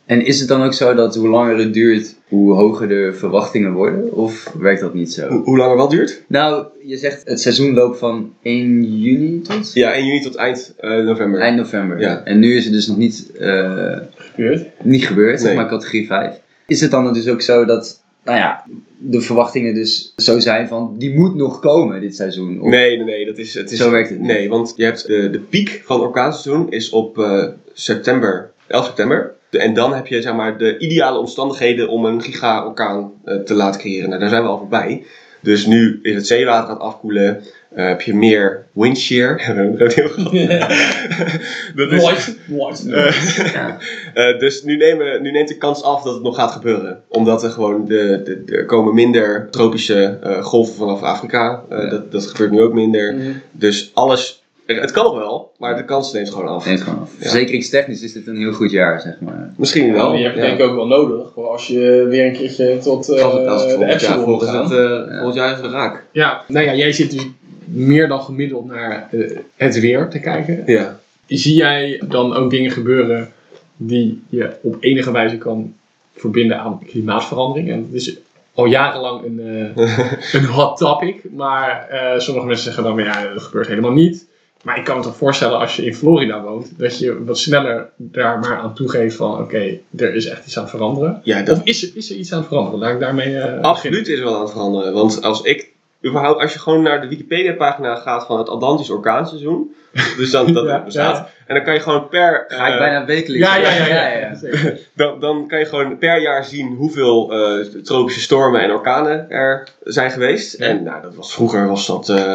En is het dan ook zo dat hoe langer het duurt, hoe hoger de verwachtingen worden? Of werkt dat niet zo? Hoe, hoe lang er wel duurt? Nou, je zegt het seizoen loopt van één juni tot? Ja, één juni tot eind uh, november. Eind november. Ja. En nu is het dus nog niet, uh, Gebeurd? niet gebeurd, zeg Nee. maar categorie vijf. Is het dan dus ook zo dat, nou ja, de verwachtingen dus zo zijn van, die moet nog komen dit seizoen? Of Nee, nee, nee. Dat is, het is, Zo werkt het niet. Nee, want je hebt de, de piek van het orkaanseizoen is op uh, september, elf september. De, en dan heb je zeg maar de ideale omstandigheden om een giga-orkaan uh, te laten creëren. Nou, daar zijn we al voorbij. Dus nu is het zeewater aan het afkoelen. Uh, heb je meer wind shear. Dat is heel grappig. Dat is, Nooit. Nooit. uh, Ja. uh, dus nu, nemen, nu neemt de kans af dat het nog gaat gebeuren. Omdat er gewoon de, de, de, er komen minder tropische uh, golven vanaf Afrika. Uh, Ja. dat, dat gebeurt nu ook minder. Mm. Dus alles, het kan nog wel, maar de kans neemt gewoon af. Neemt gewoon af. Ja. Verzekeringstechnisch is dit een heel goed jaar, zeg maar. Misschien wel. Ja, die heb je ja. denk ik ook wel nodig. Voor als je weer een keertje tot uh, Als het, als het de volgend jaar, Epsilon volgend, gaat. het, uh, Ja. volgend jaar is het raak. Ja, nou ja, jij zit dus meer dan gemiddeld naar uh, het weer te kijken. Ja. Zie jij dan ook dingen gebeuren die je op enige wijze kan verbinden aan klimaatverandering? En het is al jarenlang een, uh, een hot topic, maar uh, sommige mensen zeggen dan, ja, dat gebeurt helemaal niet. Maar ik kan me toch voorstellen als je in Florida woont, dat je wat sneller daar maar aan toegeeft van, oké, okay, er is echt iets aan het veranderen. Ja, dat Of is er, is er iets aan het veranderen? Laat ik daarmee uh, absoluut is wel aan het veranderen. Want als ik, überhaupt, als je gewoon naar de Wikipedia-pagina gaat van het Atlantisch orkaanseizoen, dus dan dat Ja, er bestaat, ja. en dan kan je gewoon per... Ga ik uh, bijna wekelijks. Ja, ja, ja. ja, ja, ja. Zeker. Dan, dan kan je gewoon per jaar zien hoeveel uh, tropische stormen en orkanen er zijn geweest. Ja. En nou, dat was, vroeger was dat uh,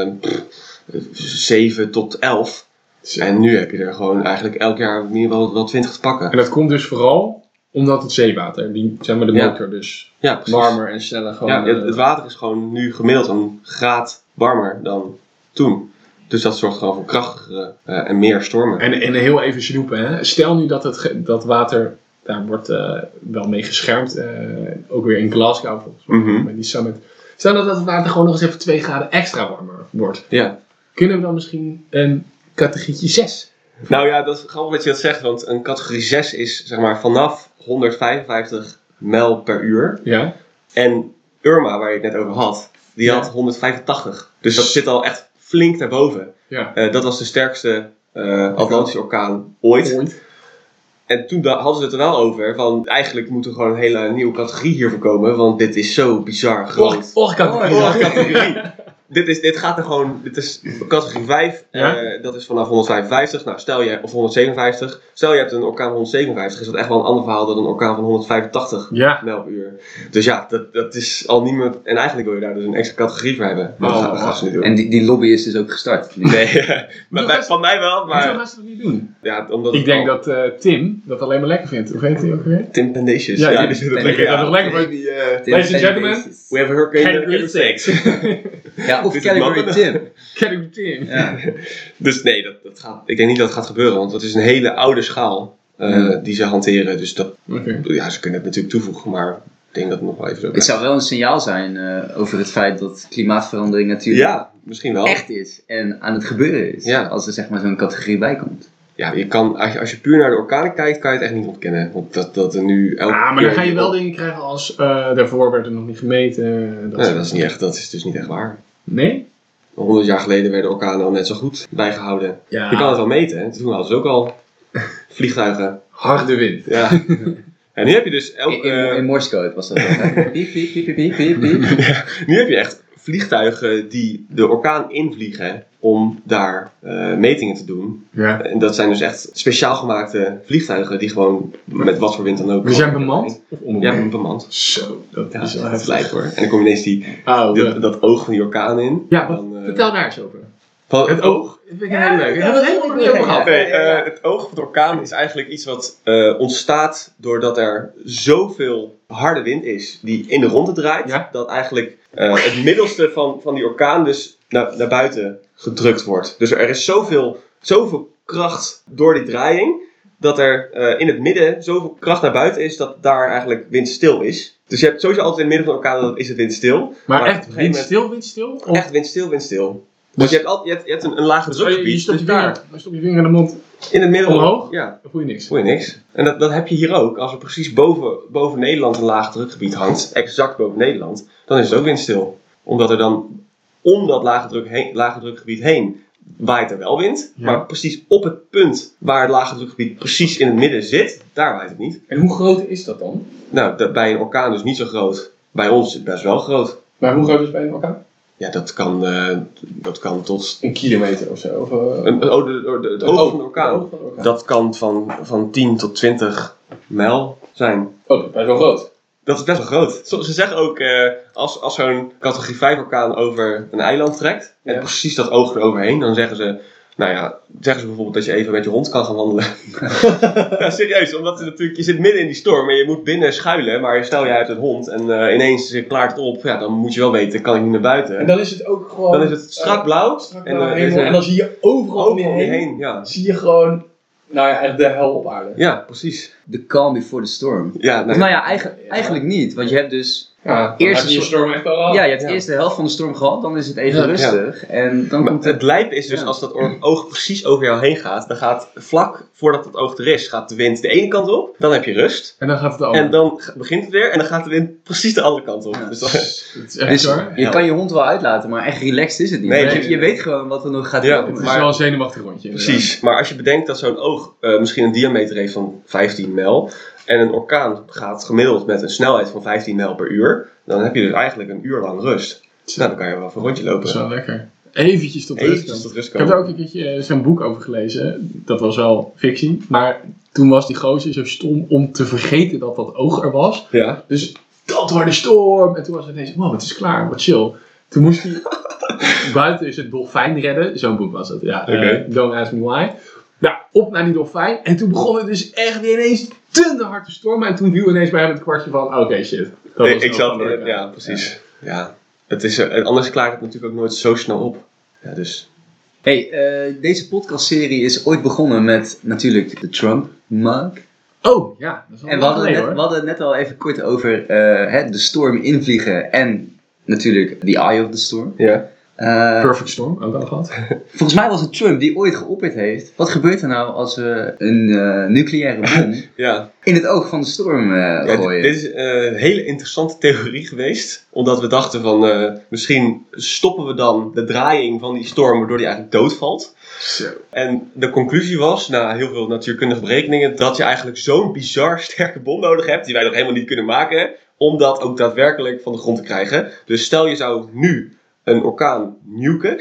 zeven tot elf. En nu heb je er gewoon eigenlijk elk jaar minimaal wel, wel twintig te pakken. En dat komt dus vooral omdat het zeewater, die, zeg maar de Ja. motor dus Ja, precies. warmer en sneller gewoon... Ja, het, eh, het water is gewoon nu gemiddeld een graad warmer dan toen. Dus dat zorgt gewoon voor krachtigere uh, en meer stormen. En, en heel even snoepen, hè. Stel nu dat het ge- dat water, daar wordt uh, wel mee geschermd, uh, ook weer in Glasgow volgens mij, Mhm. bij die summit. Stel dat het water gewoon nog eens even twee graden extra warmer wordt. Ja. Kunnen we dan misschien een categorietje zes? Nou ja, dat is grappig dat je dat zegt, want een categorie zes is zeg maar vanaf honderdvijfenvijftig mijl per uur. Ja? En Irma, waar je het net over had, die had Ja. honderdvijfentachtig. Dus dat zit al echt flink daarboven. Ja. Uh, dat was de sterkste uh, Atlantische orkaan ooit. Ooit. En toen da- hadden ze het er wel over van eigenlijk moet er gewoon een hele nieuwe categorie hiervoor komen, want dit is zo bizar groot. Oorcategorie. Oh, categorie. dit, is, dit gaat er gewoon, dit is categorie vijf, Ja? uh, dat is vanaf honderdvijfenvijftig, nou stel je, of honderdzevenenvijftig, stel je hebt een orkaan van honderdzevenenvijftig, is dat echt wel een ander verhaal dan een orkaan van honderdvijfentachtig Ja. mijl per uur. Dus ja, dat, dat is al niet meer, en eigenlijk wil je daar dus een extra categorie voor hebben, maar dat, Oh, gaan, dat gaan ze niet doen. En die, die lobby is dus ook gestart. Nee, maar Hoezo bij- gaan ze- van mij wel, Hoezo maar gaan ze dat niet doen? ja, omdat Ik het denk al- dat uh, Tim dat alleen maar lekker vindt. Hoe heet hij ook weer? Tim Pendatius, Ja, ja, die- die vindt het die- lekker. dat is Ja. lekker, maar- Maybe, uh, Tim Ladies and gentlemen. Pendatius. we have a hurricane Category in six. Ja, of Dit is category mannen. Tim. Category Tim. Ja. Dus nee, dat, dat gaat, ik denk niet dat het gaat gebeuren, want dat is een hele oude schaal uh, Ja. die ze hanteren. Dus dat, Oké. ja, ze kunnen het natuurlijk toevoegen, maar ik denk dat het nog wel even zo Het blijft. zou wel een signaal zijn uh, over het feit dat klimaatverandering natuurlijk Ja, misschien wel. echt is en aan het gebeuren is. Ja. Als er zeg maar zo'n categorie bij komt. Ja, je kan, als, je, als je puur naar de orkanen kijkt, kan je het echt niet ontkennen. Want dat, dat er nu elke Ah, maar keer- dan ga je wel dingen krijgen als uh, daarvoor werd er nog niet gemeten. Dat Nee, soort- dat is, niet echt, dat is dus niet echt waar. Nee? Honderd jaar geleden werden orkanen al net zo goed bijgehouden. Ja. Je kan het wel meten, hè. Toen hadden ze ook al vliegtuigen. Harde wind. Ja. En nu heb je dus elk, In, in, eh, in Morse code was dat. Piep, piep, piep, piep, piep, piep, piep. nu heb je echt vliegtuigen die de orkaan invliegen om daar uh, metingen te doen. Ja. En dat zijn dus echt speciaal gemaakte vliegtuigen die gewoon met wat voor wind dan ook... We zijn bemand? Of Ja, onbemand? bemand. Zo, dat Ja, is wel dat heftig. lijkt hoor. En dan kom je ineens die, Oh, die- de- dat oog van die orkaan in. ja, wat, Dan, uh, vertel daar eens over. van, Het oog. Dat vind ik heel leuk. We hebben het helemaal niet over gehad. Nee, uh, het oog van de orkaan is eigenlijk iets wat uh, ontstaat doordat er zoveel harde wind is die in de ronde draait. Ja. Dat eigenlijk uh, het middelste van, van die orkaan dus naar, naar buiten gedrukt wordt. Dus er is zoveel, zoveel kracht door die draaiing dat er uh, in het midden zoveel kracht naar buiten is dat daar eigenlijk windstil is. Dus je hebt sowieso altijd in het midden van de orkaan dat is het windstil. Maar Maar op echt een gegeven windstil, windstil? Of- Echt windstil, windstil. Want je hebt, al, je hebt, je hebt een, een lage Dus je, je, drukgebied, stopt dus je, vinger, daar, je stopt je vinger in de mond in het midden omhoog, ja, dan voel je niks. voel je niks. En dat, dat heb je hier ook. Als er precies boven, boven Nederland een laag drukgebied hangt, exact boven Nederland, dan is het ook windstil. Omdat er dan om dat lage, druk heen, lage drukgebied heen waait er wel wind. Ja. Maar precies op het punt waar het lage drukgebied precies in het midden zit, daar waait het niet. En hoe groot is dat dan? Nou, dat, bij een orkaan dus niet zo groot. Bij ons is het best wel groot. Maar hoe groot is het bij een orkaan? Ja, dat kan, uh, dat kan tot... Een kilometer of zo? Of, uh, Een, oh, de, de, de, het oog van de orkaan. het oog van de orkaan. Dat kan van, van tien tot twintig mijl zijn. Oh, dat is best wel groot. Dat is best wel groot. Zo- Ze zeggen ook, uh, als, als zo'n categorie vijf orkaan over een eiland trekt, en Ja. precies dat oog eroverheen, dan zeggen ze, nou ja, zeggen ze bijvoorbeeld dat je even met je hond kan gaan wandelen. Ja, serieus, omdat het natuurlijk, je zit midden in die storm en je moet binnen schuilen, maar stel je uit een hond en uh, ineens klaart het op, ja, dan moet je wel weten, kan ik niet naar buiten. En dan is het ook gewoon... Dan is het strak blauw. strak en, blauw uh, hemel. er is En dan zie je overal om je overal om je heen, heen. Ja. zie je gewoon, nou ja, echt de hel op aarde. ja, precies. The calm before the storm. Ja, Of nou, nou ja, eigenlijk, eigenlijk niet. Want je hebt dus... Ja, Eerst eerst je een storm echt al gehad. Ja, je hebt Ja. eerst de helft van de storm gehad, dan is het even Ja. rustig. En dan maar komt het het... lijp is dus Ja. als dat oor- oog precies over jou heen gaat, dan gaat vlak voordat het oog er is, gaat de wind de ene kant op, dan heb je rust. En dan gaat het de andere. En dan g- begint het weer en dan gaat de wind precies de andere kant op. Ja. Dus dan, Het is echt Dus hoor. je kan je hond wel uitlaten, maar echt relaxed is het niet. Nee, Want nee, je, je nee. weet gewoon wat er nog gaat Ja, komen. Het is Maar- wel een zenuwachtig rondje. precies. Maar als je bedenkt dat zo'n oog eh, misschien een diameter heeft van vijftien mijl en een orkaan gaat gemiddeld met een snelheid van vijftien mijl per uur, dan heb je dus eigenlijk een uur lang rust. Nou, dan kan je wel even een rondje Dat is lopen. wel lekker. Eventjes tot rust Eventjes komen. tot rust Ik heb er komen. ook een keertje eh, zo'n boek over gelezen. Dat was wel fictie. Maar toen was die gozer zo stom om te vergeten dat dat oog er was. Ja. Dus dat wordt de storm. En toen was het ineens, wow, het is klaar, wat chill. Toen moest hij buiten is het dolfijn redden. Zo'n boek was het, ja. Oké. Eh, don't ask me why. Nou, op naar die dolfijn. En toen begon het dus echt weer ineens te hard te stormen. En toen viel ineens bij hem het kwartje van, oké shit. Dat Nee, was ik het zat oog van de in het, orkaan. ja, precies. Ja. Het is, eh, anders klaart het natuurlijk ook nooit zo snel op. Ja, dus. Hey, eh, deze podcastserie is ooit begonnen met natuurlijk de Trump mug. Oh, ja. Dat is wel En we lang hadden, geleden, net, hoor. we hadden het net al even kort over eh, hè, de storm invliegen en natuurlijk the eye of the storm. Ja. Eh, Perfect Storm, ook al gehad. volgens mij was het Trump die ooit geopperd heeft. Wat gebeurt er nou als we een eh, nucleaire bom Ja. in het oog van de storm eh, Ja, dit, gooien? dit is eh, een hele interessante theorie geweest. Omdat we dachten van eh, misschien stoppen we dan de draaiing van die storm waardoor die eigenlijk doodvalt. Zo. En de conclusie was, na heel veel natuurkundige berekeningen, dat je eigenlijk zo'n bizar sterke bom nodig hebt, die wij nog helemaal niet kunnen maken, om dat ook daadwerkelijk van de grond te krijgen. Dus stel je zou nu een orkaan nuken.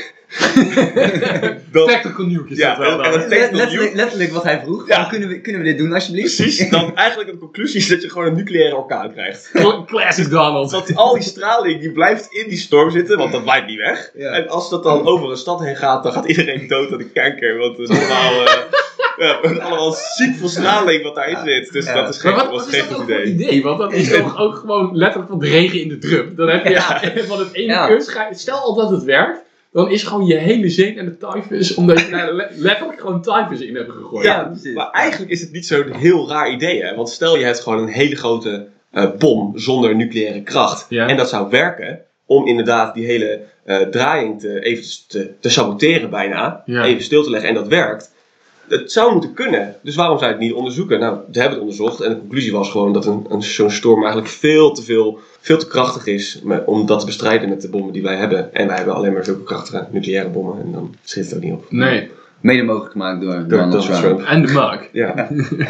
dan, Tactical nuke is Ja, dat wel. en- dan. en het- Let- letterlijk, letterlijk wat hij vroeg. Ja. Kunnen, we, kunnen we dit doen alsjeblieft? precies, dan eigenlijk de conclusie is dat je gewoon een nucleaire orkaan krijgt. Cl- Classic Donald. Dat al die straling die blijft in die storm zitten, want dat blijft niet weg. Ja. En als dat dan over een stad heen gaat, dan gaat iedereen dood aan de kanker. Want het is allemaal, eh, ja, het is allemaal ziek veel straling wat daarin zit. Dus Ja. dat is geen, Maar wat, was wat is geen dat goed ook voor idee. idee? Want dat is toch ook gewoon letterlijk van de regen in de drup. Dan heb je van het ene Ja. kust, ga je- stel al dat het werkt, dan is gewoon je hele zee en de tyfus, omdat je daar le- letterlijk gewoon tyfus in hebt gegooid. Ja, precies. Maar eigenlijk is het niet zo'n heel raar idee, hè? Want stel je hebt gewoon een hele grote eh, bom zonder nucleaire kracht. Ja. En dat zou werken om inderdaad die hele eh, draaiing te, even te, te saboteren bijna. Ja. Even stil te leggen en dat werkt. Het zou moeten kunnen. Dus waarom zou je het niet onderzoeken? Nou, we hebben het onderzocht en de conclusie was gewoon dat een, een, zo'n storm eigenlijk veel te veel, veel te krachtig is met- om dat te bestrijden met de bommen die wij hebben. En wij hebben alleen maar veel krachtige nucleaire bommen en dan schiet het ook niet op. Nee, Mede mogelijk gemaakt door Door Donald, Donald Trump. Trump. en de mug. Ja.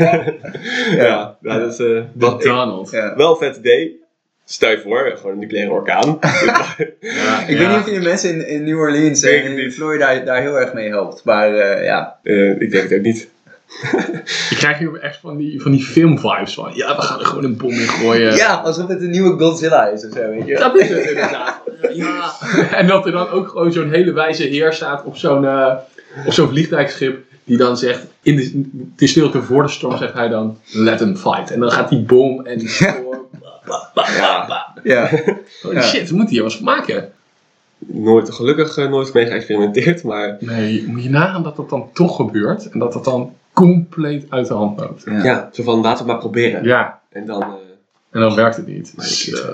ja, ja, dat is eh, De wat, Donald. Ja. wel een vet idee. Stel je voor, gewoon een nucleaire orkaan. Ja, Ik weet niet of je de mensen in, in New Orleans Denk en het in niet. Florida daar heel erg mee helpt. Maar eh, ja, Eh, ik denk het ook niet. Je krijgt hier echt van die, van die filmvibes van, ja, we gaan er gewoon een bom in gooien. ja, alsof het een nieuwe Godzilla is of zo, weet je. Dat is het inderdaad. Ja. En dat er dan ook gewoon zo'n hele wijze heer staat op zo'n eh, op zo'n vliegtuigschip. Die dan zegt, in de, het is stilte voor de storm, zegt hij dan, let them fight. En dan gaat die bom en die storm. Ba, ba, ba, ba. Ja. Holy Ja. shit, we moeten hier wat van maken. Nooit, gelukkig eh, nooit mee geëxperimenteerd, maar Nee, moet je nagaan dat dat dan toch gebeurt. En dat dat dan compleet uit de hand loopt. Ja. ja, zo van laten we maar proberen. Ja, En dan, eh, En dan werkt het niet. Dus, uh,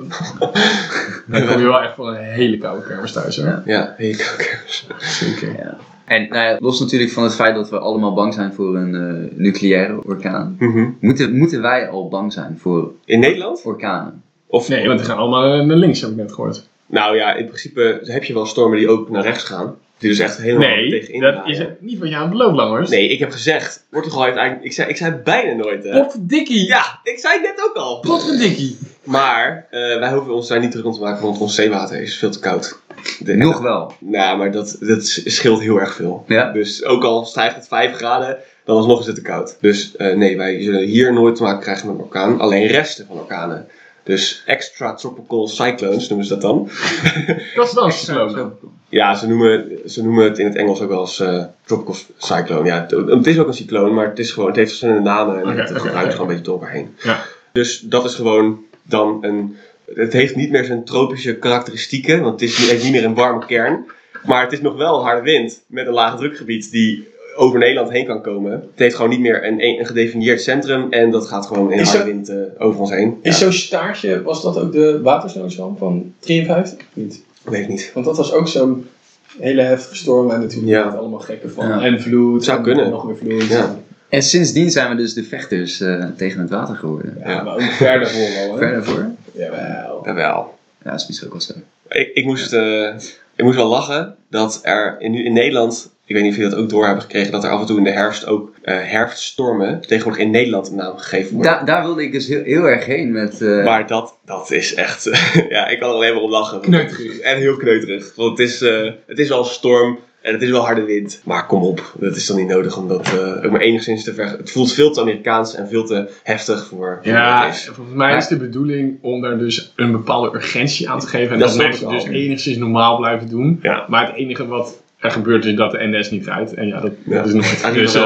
dan kom je wel echt van een hele koude kermis thuis. Hoor. Ja. Ja, hele koude kermis. Zeker. Ja. En nou ja, los natuurlijk van het feit dat we allemaal bang zijn voor een uh, nucleaire orkaan. Mm-hmm. Moeten, moeten wij al bang zijn voor In Nederland? orkanen? Of, Nee, want die gaan allemaal naar links, heb ik net gehoord. Nou ja, in principe heb je wel stormen die ook naar rechts gaan. Die dus echt helemaal Nee, tegenin dat draaien. is het niet wat je aan het beloven, Langers. Nee, ik heb gezegd, Portugal heeft eigenlijk... Ik zei, ik zei bijna nooit, hè. Potverdikkie! Ja, ik zei het net ook al. Potverdikkie! Maar uh, wij hoeven ons daar niet druk om te maken, want ons zeewater is veel te koud. De, Nog wel. Nou, maar dat, dat scheelt heel erg veel. Ja. Dus ook al stijgt het vijf graden, dan alsnog is het te koud. Dus uh, nee, wij zullen hier nooit te maken krijgen met een orkaan. Alleen resten van orkanen. Dus extratropical cyclones noemen ze dat dan. Dat is wel een slogan. Ja, ze noemen, ze noemen het in het Engels ook wel als uh, tropical cyclone. Ja, het, het is ook een cycloon, maar het, is gewoon, het heeft verschillende namen en Okay, het okay, ruikt okay. gewoon een beetje door elkaar heen. Ja. Dus dat is gewoon dan een... Het heeft niet meer zijn tropische karakteristieken, want het is, het heeft niet meer een warme kern. Maar het is nog wel harde wind met een laag drukgebied die over Nederland heen kan komen. Het heeft gewoon niet meer een, een gedefinieerd centrum en dat gaat gewoon in Is harde zo- wind uh, over ons heen. Is Ja, zo'n staartje, was dat ook de watersnoodramp van drieënvijftig? Niet. weet ik niet. Want dat was ook zo'n hele heftige storm en natuurlijk Ja. met allemaal gekken van. Ja. En vloed. Zou en kunnen. nog meer vloed. Ja. En sindsdien zijn we dus de vechters uh, tegen het water geworden. Ja, maar ook verder voor al. Hè? Verder voor? Jawel. Jawel. Ja, dat is misschien ook wel zo. Ik, ik, moest, uh, ik moest wel lachen dat er in, nu in Nederland, ik weet niet of jullie dat ook door hebben gekregen, dat er af en toe in de herfst ook uh, herfststormen tegenwoordig in Nederland een naam gegeven worden. Da- daar wilde ik dus heel, heel erg heen met... Uh... Maar dat, dat is echt, ja, ik kan er alleen maar om lachen. Kneuterig. En heel kneuterig. Want het is, uh, het is wel een storm en het is wel harde wind. Maar kom op, dat is dan niet nodig om dat uh, ook maar enigszins te ver... Het voelt veel te Amerikaans en veel te heftig voor, voor Ja, wat het is. volgens mij is de bedoeling om daar dus een bepaalde urgentie aan te geven. En Dat dat, snap mensen ik wel. dus enigszins normaal blijven doen. Ja. Maar het enige wat er gebeurt is dat de N S niet rijdt. En ja, dat, Ja. dat is nooit. Eigenlijk Dus, wel.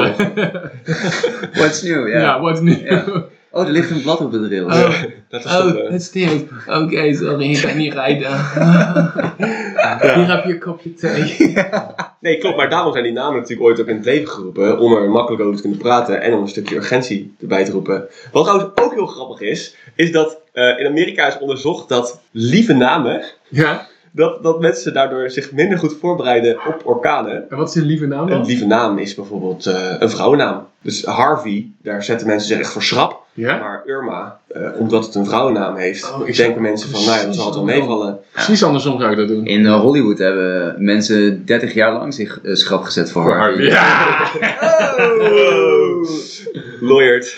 uh, What's new? Ja. ja, wat is nu? Ja. Oh, er ligt een blad op het rail. Oh. Dat is toch, uh, het stinkt. Oké, okay, sorry, ik kan niet rijden. Hier heb je een kopje thee. Nee, klopt, maar daarom zijn die namen natuurlijk ooit ook in het leven geroepen. Om er makkelijk over te kunnen praten en om een stukje urgentie erbij te roepen. Wat trouwens ook heel grappig is, is dat uh, in Amerika is onderzocht dat lieve namen, Ja? dat, dat mensen daardoor zich minder goed voorbereiden op orkanen. En wat is een lieve naam Een dan? lieve naam is bijvoorbeeld uh, een vrouwennaam. Dus Harvey, daar zetten mensen zich echt voor schrap. Ja? Maar Irma, uh, omdat het een vrouwennaam heeft, Oh, ik denken snap- mensen van, nou ja, dat zal het wel meevallen. Precies andersom zou ik dat doen. In uh, Hollywood hebben mensen dertig jaar lang zich uh, schrap gezet voor, Voor Harvey. Harvey. Ja! Oh. Lawyered.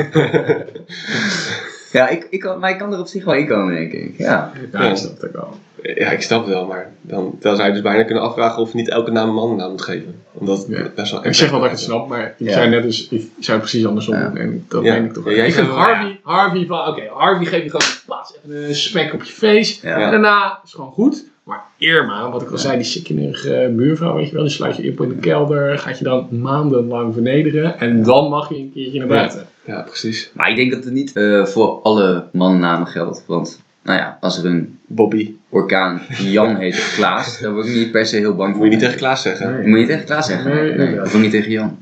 Ja, ik, ik kan, maar ik kan er op zich wel in komen, denk ik. Ja. Ja, ik snap het ook wel. Ja, ik snap het wel, maar dan, dan zou je dus bijna kunnen afvragen of je niet elke naam een mannennaam moet geven. Omdat het Ja. best wel... Ik zeg wel dat ik het snap, maar ik Ja. zei net dus, ik zou het precies andersom Ja. doen. En dat Ja. meen ik toch wel. Ja, jij ik vind zou wel- Harvey, Harvey van, oké, Harvey geef je gewoon pas even een smack op je face. Ja. En daarna is het gewoon goed. Maar Irma, wat ik al zei, die chickenerige buurvrouw, weet je wel, die sluit je op in de kelder, gaat je dan maandenlang vernederen en dan mag je een keertje naar buiten. Ja, precies. Maar ik denk dat het niet uh, voor alle mannennamen geldt. Want, nou ja, als er een Bobby. orkaan Jan heet of Klaas, dan word ik niet per se heel bang Dat voor. moet je niet tegen Klaas zeggen. Nee. Moet je niet tegen Klaas zeggen? Nee, Nee, inderdaad. of ook niet tegen Jan.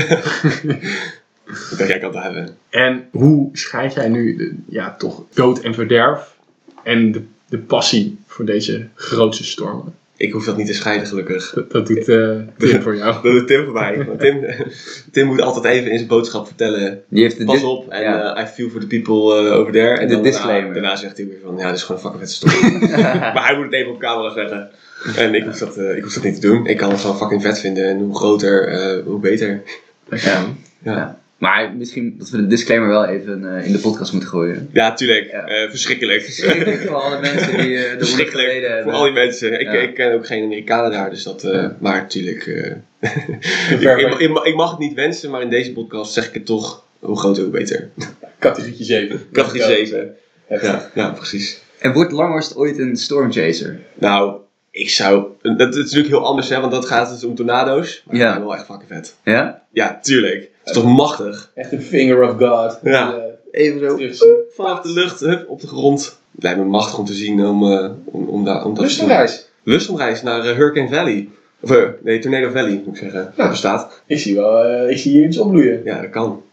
Dat dacht jij kan het hebben. En hoe scheid jij nu de, ja, toch dood en verderf en de, de passie voor deze grootste stormen? Ik hoef dat niet te scheiden, gelukkig. Dat, dat doet uh, Tim voor jou. Dat doet Tim voor mij. Want Tim, Tim moet altijd even in zijn boodschap vertellen. Die heeft de Pas dit- op, en ja. uh, I feel for the people uh, over there. En De dan disclaimer. Daarna, daarna zegt hij weer van, ja, dit is gewoon een fucking vette story. Maar hij moet het even op camera zeggen. En ik hoef, dat, uh, ik hoef dat niet te doen. Ik kan het gewoon fucking vet vinden. En hoe groter, uh, hoe beter. Ja. Ja, Ja. ja. Maar misschien dat we de disclaimer wel even uh, in de podcast moeten gooien. tuurlijk. Ja. Uh, verschrikkelijk. Verschrikkelijk voor alle mensen die uh, de oorlog Verschrikkelijk geleden voor hebben. al die mensen. Ik, Ja. ik ken ook geen Amerikanen daar, dus dat... Uh, Ja. Maar natuurlijk... Uh, ik, Perfect. ik, ik mag het niet wensen, maar in deze podcast zeg ik het toch. Hoe groter, hoe beter. Categorietje zeven. Categorie zeven. Heftig. Ja, ja, precies. En wordt Langhorst ooit een stormchaser? Nou, ik zou... Dat, dat is natuurlijk heel anders, hè, want dat gaat dus om tornado's. Maar Ja. dat is wel echt fucking vet. Ja? Ja, tuurlijk. Het is toch machtig? Echt een finger of God. Ja. Die, uh, Even zo. terugzien. Vanaf de lucht, hup, op de grond. Het lijkt me machtig om te zien om, uh, om, om, da, om dat te doen. Lustigreis. Lustomreis naar uh, Hurricane Valley. Of, uh, nee, Tornado Valley, moet ik zeggen. Dat bestaat. Ik zie wel, uh, ik zie hier iets opbloeien. Ja, dat kan.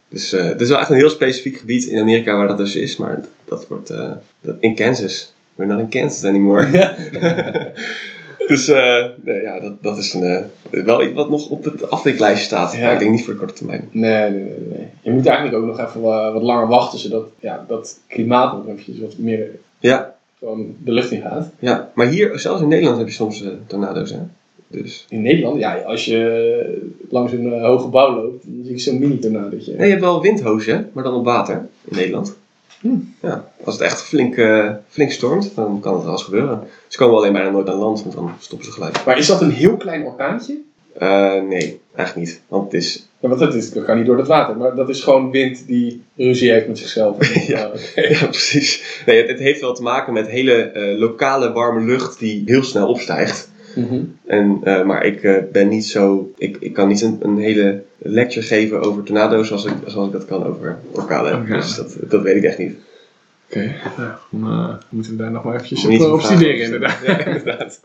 Dus uh, het is wel echt een heel specifiek gebied in Amerika waar dat dus is. Maar dat wordt uh, dat, in Kansas. We're not in Kansas anymore. Ja. Dus uh, nee, ja, dat, dat is een, uh, wel iets wat nog op het afdenklijstje staat. Ja. Maar ik denk niet voor de korte termijn. Nee, nee, nee, nee. Je moet eigenlijk ook nog even uh, wat langer wachten, zodat ja, dat klimaat nog eventjes wat meer ja. gewoon de lucht in gaat. Ja, maar hier, zelfs in Nederland heb je soms uh, tornado's, hè? Dus. In Nederland? Ja, als je langs een uh, hoog gebouw loopt, dan zie je zo'n mini-tornadootje. Nee, je hebt wel windhozen, maar dan op water in Nederland. Hm. Ja, als het echt flink, uh, flink stormt, dan kan het wel eens gebeuren. Ze komen alleen bijna nooit aan land, want dan stoppen ze gelijk. Maar is dat een heel klein orkaantje? Uh, nee, eigenlijk niet. Want het is... Ja, want dat, is, dat kan niet door het water, maar dat is gewoon wind die ruzie heeft met zichzelf. ja, oh, okay. ja, precies. Nee, het, het heeft wel te maken met hele uh, lokale warme lucht die heel snel opstijgt. Mm-hmm. En, uh, maar ik uh, ben niet zo... Ik, ik kan niet een, een hele lecture geven over tornado's zoals ik, zoals ik dat kan over orkanen. Okay. Dus dat, dat weet ik echt niet. Oké, okay. nou, dan uh, moeten we daar nog maar eventjes op, op studeren inderdaad. Ja, inderdaad.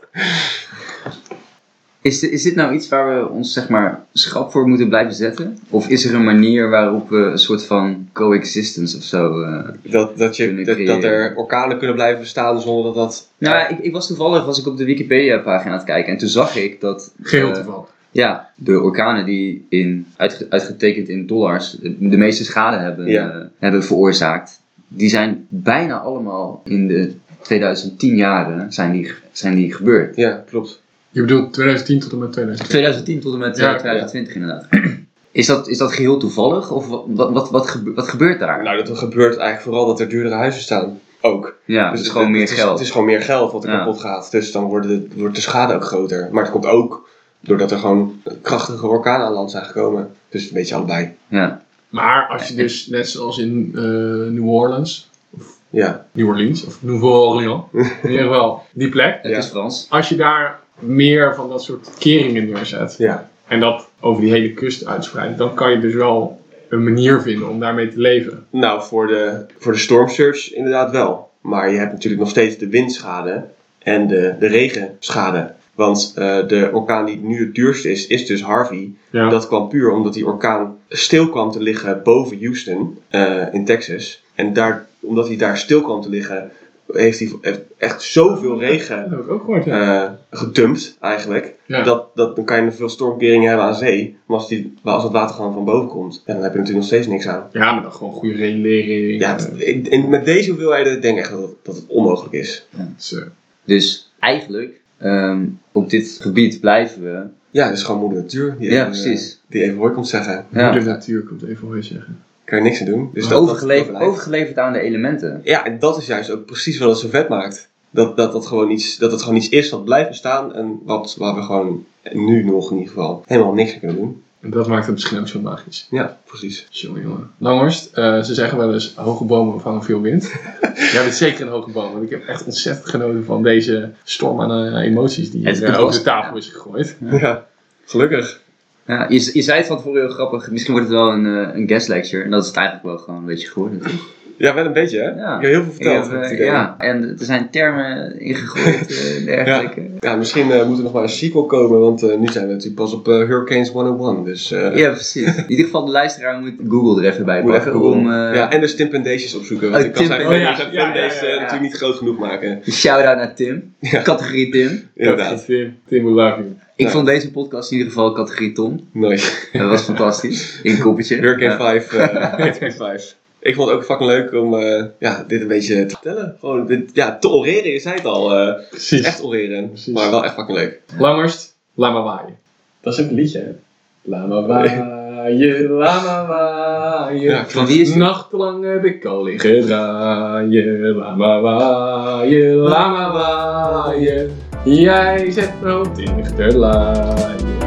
Is, de, is dit nou iets waar we ons zeg maar schrap voor moeten blijven zetten? Of is er een manier waarop we een soort van coexistence of zo uh, dat, dat, je, dat, dat er orkanen kunnen blijven bestaan zonder dat dat... Nou, ik, ik was toevallig was ik op de Wikipedia pagina aan het kijken en toen zag ik dat... Geheel toevallig. Ja, de orkanen die in, uitge, uitgetekend in dollars de, de meeste schade hebben, ja. uh, hebben veroorzaakt, die zijn bijna allemaal in de twintig tien jaren zijn die, zijn die gebeurd. Ja, klopt. Je bedoelt twintig tien tot en met twintig twintig? twintig tien tot en met ja, twintig twintig ja. inderdaad. Is dat, is dat geheel toevallig of wat, wat, wat, wat, gebe, wat gebeurt daar? Nou, dat gebeurt eigenlijk vooral dat er duurdere huizen staan. Ook. Ja, dus het is gewoon meer het geld. Is, het is gewoon meer geld wat er ja. kapot gaat. Dus dan wordt de, wordt de schade ook groter. Maar het komt ook doordat er gewoon krachtige orkanen aan land zijn gekomen. Dus een beetje allebei. Ja. Maar als je dus, net zoals in uh, New Orleans, of ja. New Orleans, of Nouveau-Orléans, in ieder geval die plek. Het ja. is Frans. Als je daar meer van dat soort keringen neerzet ja. en dat over die hele kust uitspreidt, dan kan je dus wel een manier vinden om daarmee te leven. Nou, voor de, voor de stormsurge inderdaad wel. Maar je hebt natuurlijk nog steeds de windschade en de, de regenschade. Want uh, de orkaan die nu het duurste is, is dus Harvey. Ja. Dat kwam puur omdat die orkaan stil kwam te liggen boven Houston uh, in Texas. En daar, omdat hij daar stil kwam te liggen, heeft hij heeft echt zoveel regen dat heb ik ook gehoord, ja. uh, gedumpt eigenlijk. Ja. Dat, dat, dan kan je veel stormkeringen hebben aan zee. Maar als, die, als het water gewoon van boven komt, ja, dan heb je natuurlijk nog steeds niks aan. Ja, maar dan gewoon goede regulering. Ja, het, in, in, met deze hoeveelheden denk ik echt dat, dat het onmogelijk is. Ja. Dus, dus eigenlijk, um, op dit gebied blijven we... Ja, het is gewoon moeder natuur die ja, even, precies. Uh, die even hoor komt zeggen. Ja. Moeder natuur komt even hoor zeggen. Kan je niks aan doen. Dus dat, overgeleverd, dat overgeleverd aan de elementen. Ja, en dat is juist ook precies wat het zo vet maakt. Dat, dat, dat, gewoon iets, dat het gewoon iets is wat blijft bestaan en wat, waar we gewoon nu nog in ieder geval helemaal niks aan kunnen doen. En dat maakt het misschien ook zo magisch. Ja, precies. Jongen, jongen. Langhorst, uh, ze zeggen wel eens, hoge bomen vangen veel wind. Jij bent zeker een hoge boom, want ik heb echt ontzettend genoten van deze storm aan uh, emoties die hier uh, over de tafel ja. is gegooid. Ja, ja gelukkig. Ja, je, je zei het van tevoren heel grappig, misschien wordt het wel een, uh, een guest lecture en dat is het eigenlijk wel gewoon een beetje geworden natuurlijk. Ja, wel een beetje hè? Ja. Ik heb heel veel verteld. Heb, uh, ja, en er zijn termen ingegooid en dergelijke. Ja. ja, misschien uh, moet er nog maar een sequel komen, want uh, nu zijn we natuurlijk pas op uh, Hurricanes honderdéén. Dus, uh, ja, precies. In ieder geval de luisteraar moet Google er even bij moet pakken. Even om, uh, ja, en dus Tim Pendace's opzoeken, want oh, ik kan zijn oh, ja. ja, ja, ja, ja. natuurlijk niet groot genoeg maken. Shout-out naar Tim. Ja. Categorie Tim. Inderdaad. Tim, Tim, we love you. Ik ja. vond deze podcast in ieder geval categorie Tom. Nooit. Dat was fantastisch. In een koppetje. Hurricane vijf. Uh, Hurricane vijf. Ik vond het ook fucking leuk om uh, ja, dit een beetje te vertellen. Gewoon dit, ja, te oreren, je zei het al. Uh, Precies. Echt oreren. Precies. Maar wel echt fucking leuk. Langhorst, laat maar waaien. Dat is ook een liedje, hè? Laat maar waaien, laat maar waaien. Ja, van wie is het? Nachtenlang heb ik al liggen draaien. Laat maar waaien, laat maar waaien. Jij zet rood in de laaien.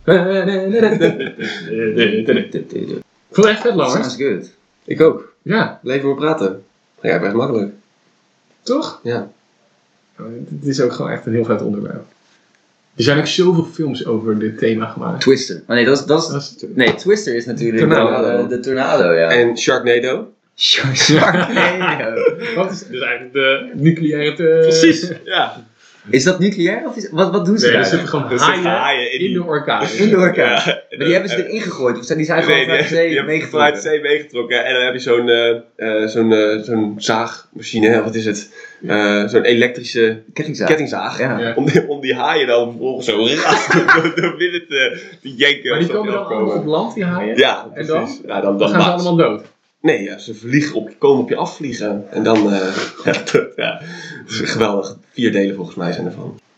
Ik vond het echt vet lang, Sounds hoor. good. Ik ook. Ja, Leven voor praten. Ja, best makkelijk. toch? Ja. Het is ook gewoon echt een heel vet onderwerp. Er zijn ook zoveel films over dit thema gemaakt. Twister. Oh nee, dat is, dat Dat is, is- nee, Twister is natuurlijk Tornado. de, de tornado, ja. En Sharknado. Sharknado. Wat is dus eigenlijk de nucleaire... Te... Ja. Is dat nucleair of is, wat, wat doen ze Nee, er daar? zitten gewoon Er zitten haaien, haaien in in die- de orkaan. In de orkaan. Ja. Maar die hebben ze erin gegooid, of zijn die zijn gewoon Nee, vanuit de die, zee die heb ik meegetrokken? vanuit de zee meegetrokken. En dan heb je zo'n eh, eh, zo'n eh, zo'n zaagmachine, hè, wat is het? Eh, zo'n elektrische Kettingzaag. kettingzaag. Ja. Ja. Om, die, om die haaien dan vervolgens zo door, door binnen te, te jenken. Maar die zodat komen dan afkomen. allemaal op land, die haaien? Ja, En precies. Ja, dan, Dan dan gaan ze maakt- allemaal dood. Nee, ja, ze vliegen op, komen op je afvliegen. En dan, eh ja, dat, ja, dat is geweldig. Vier delen volgens mij zijn ervan.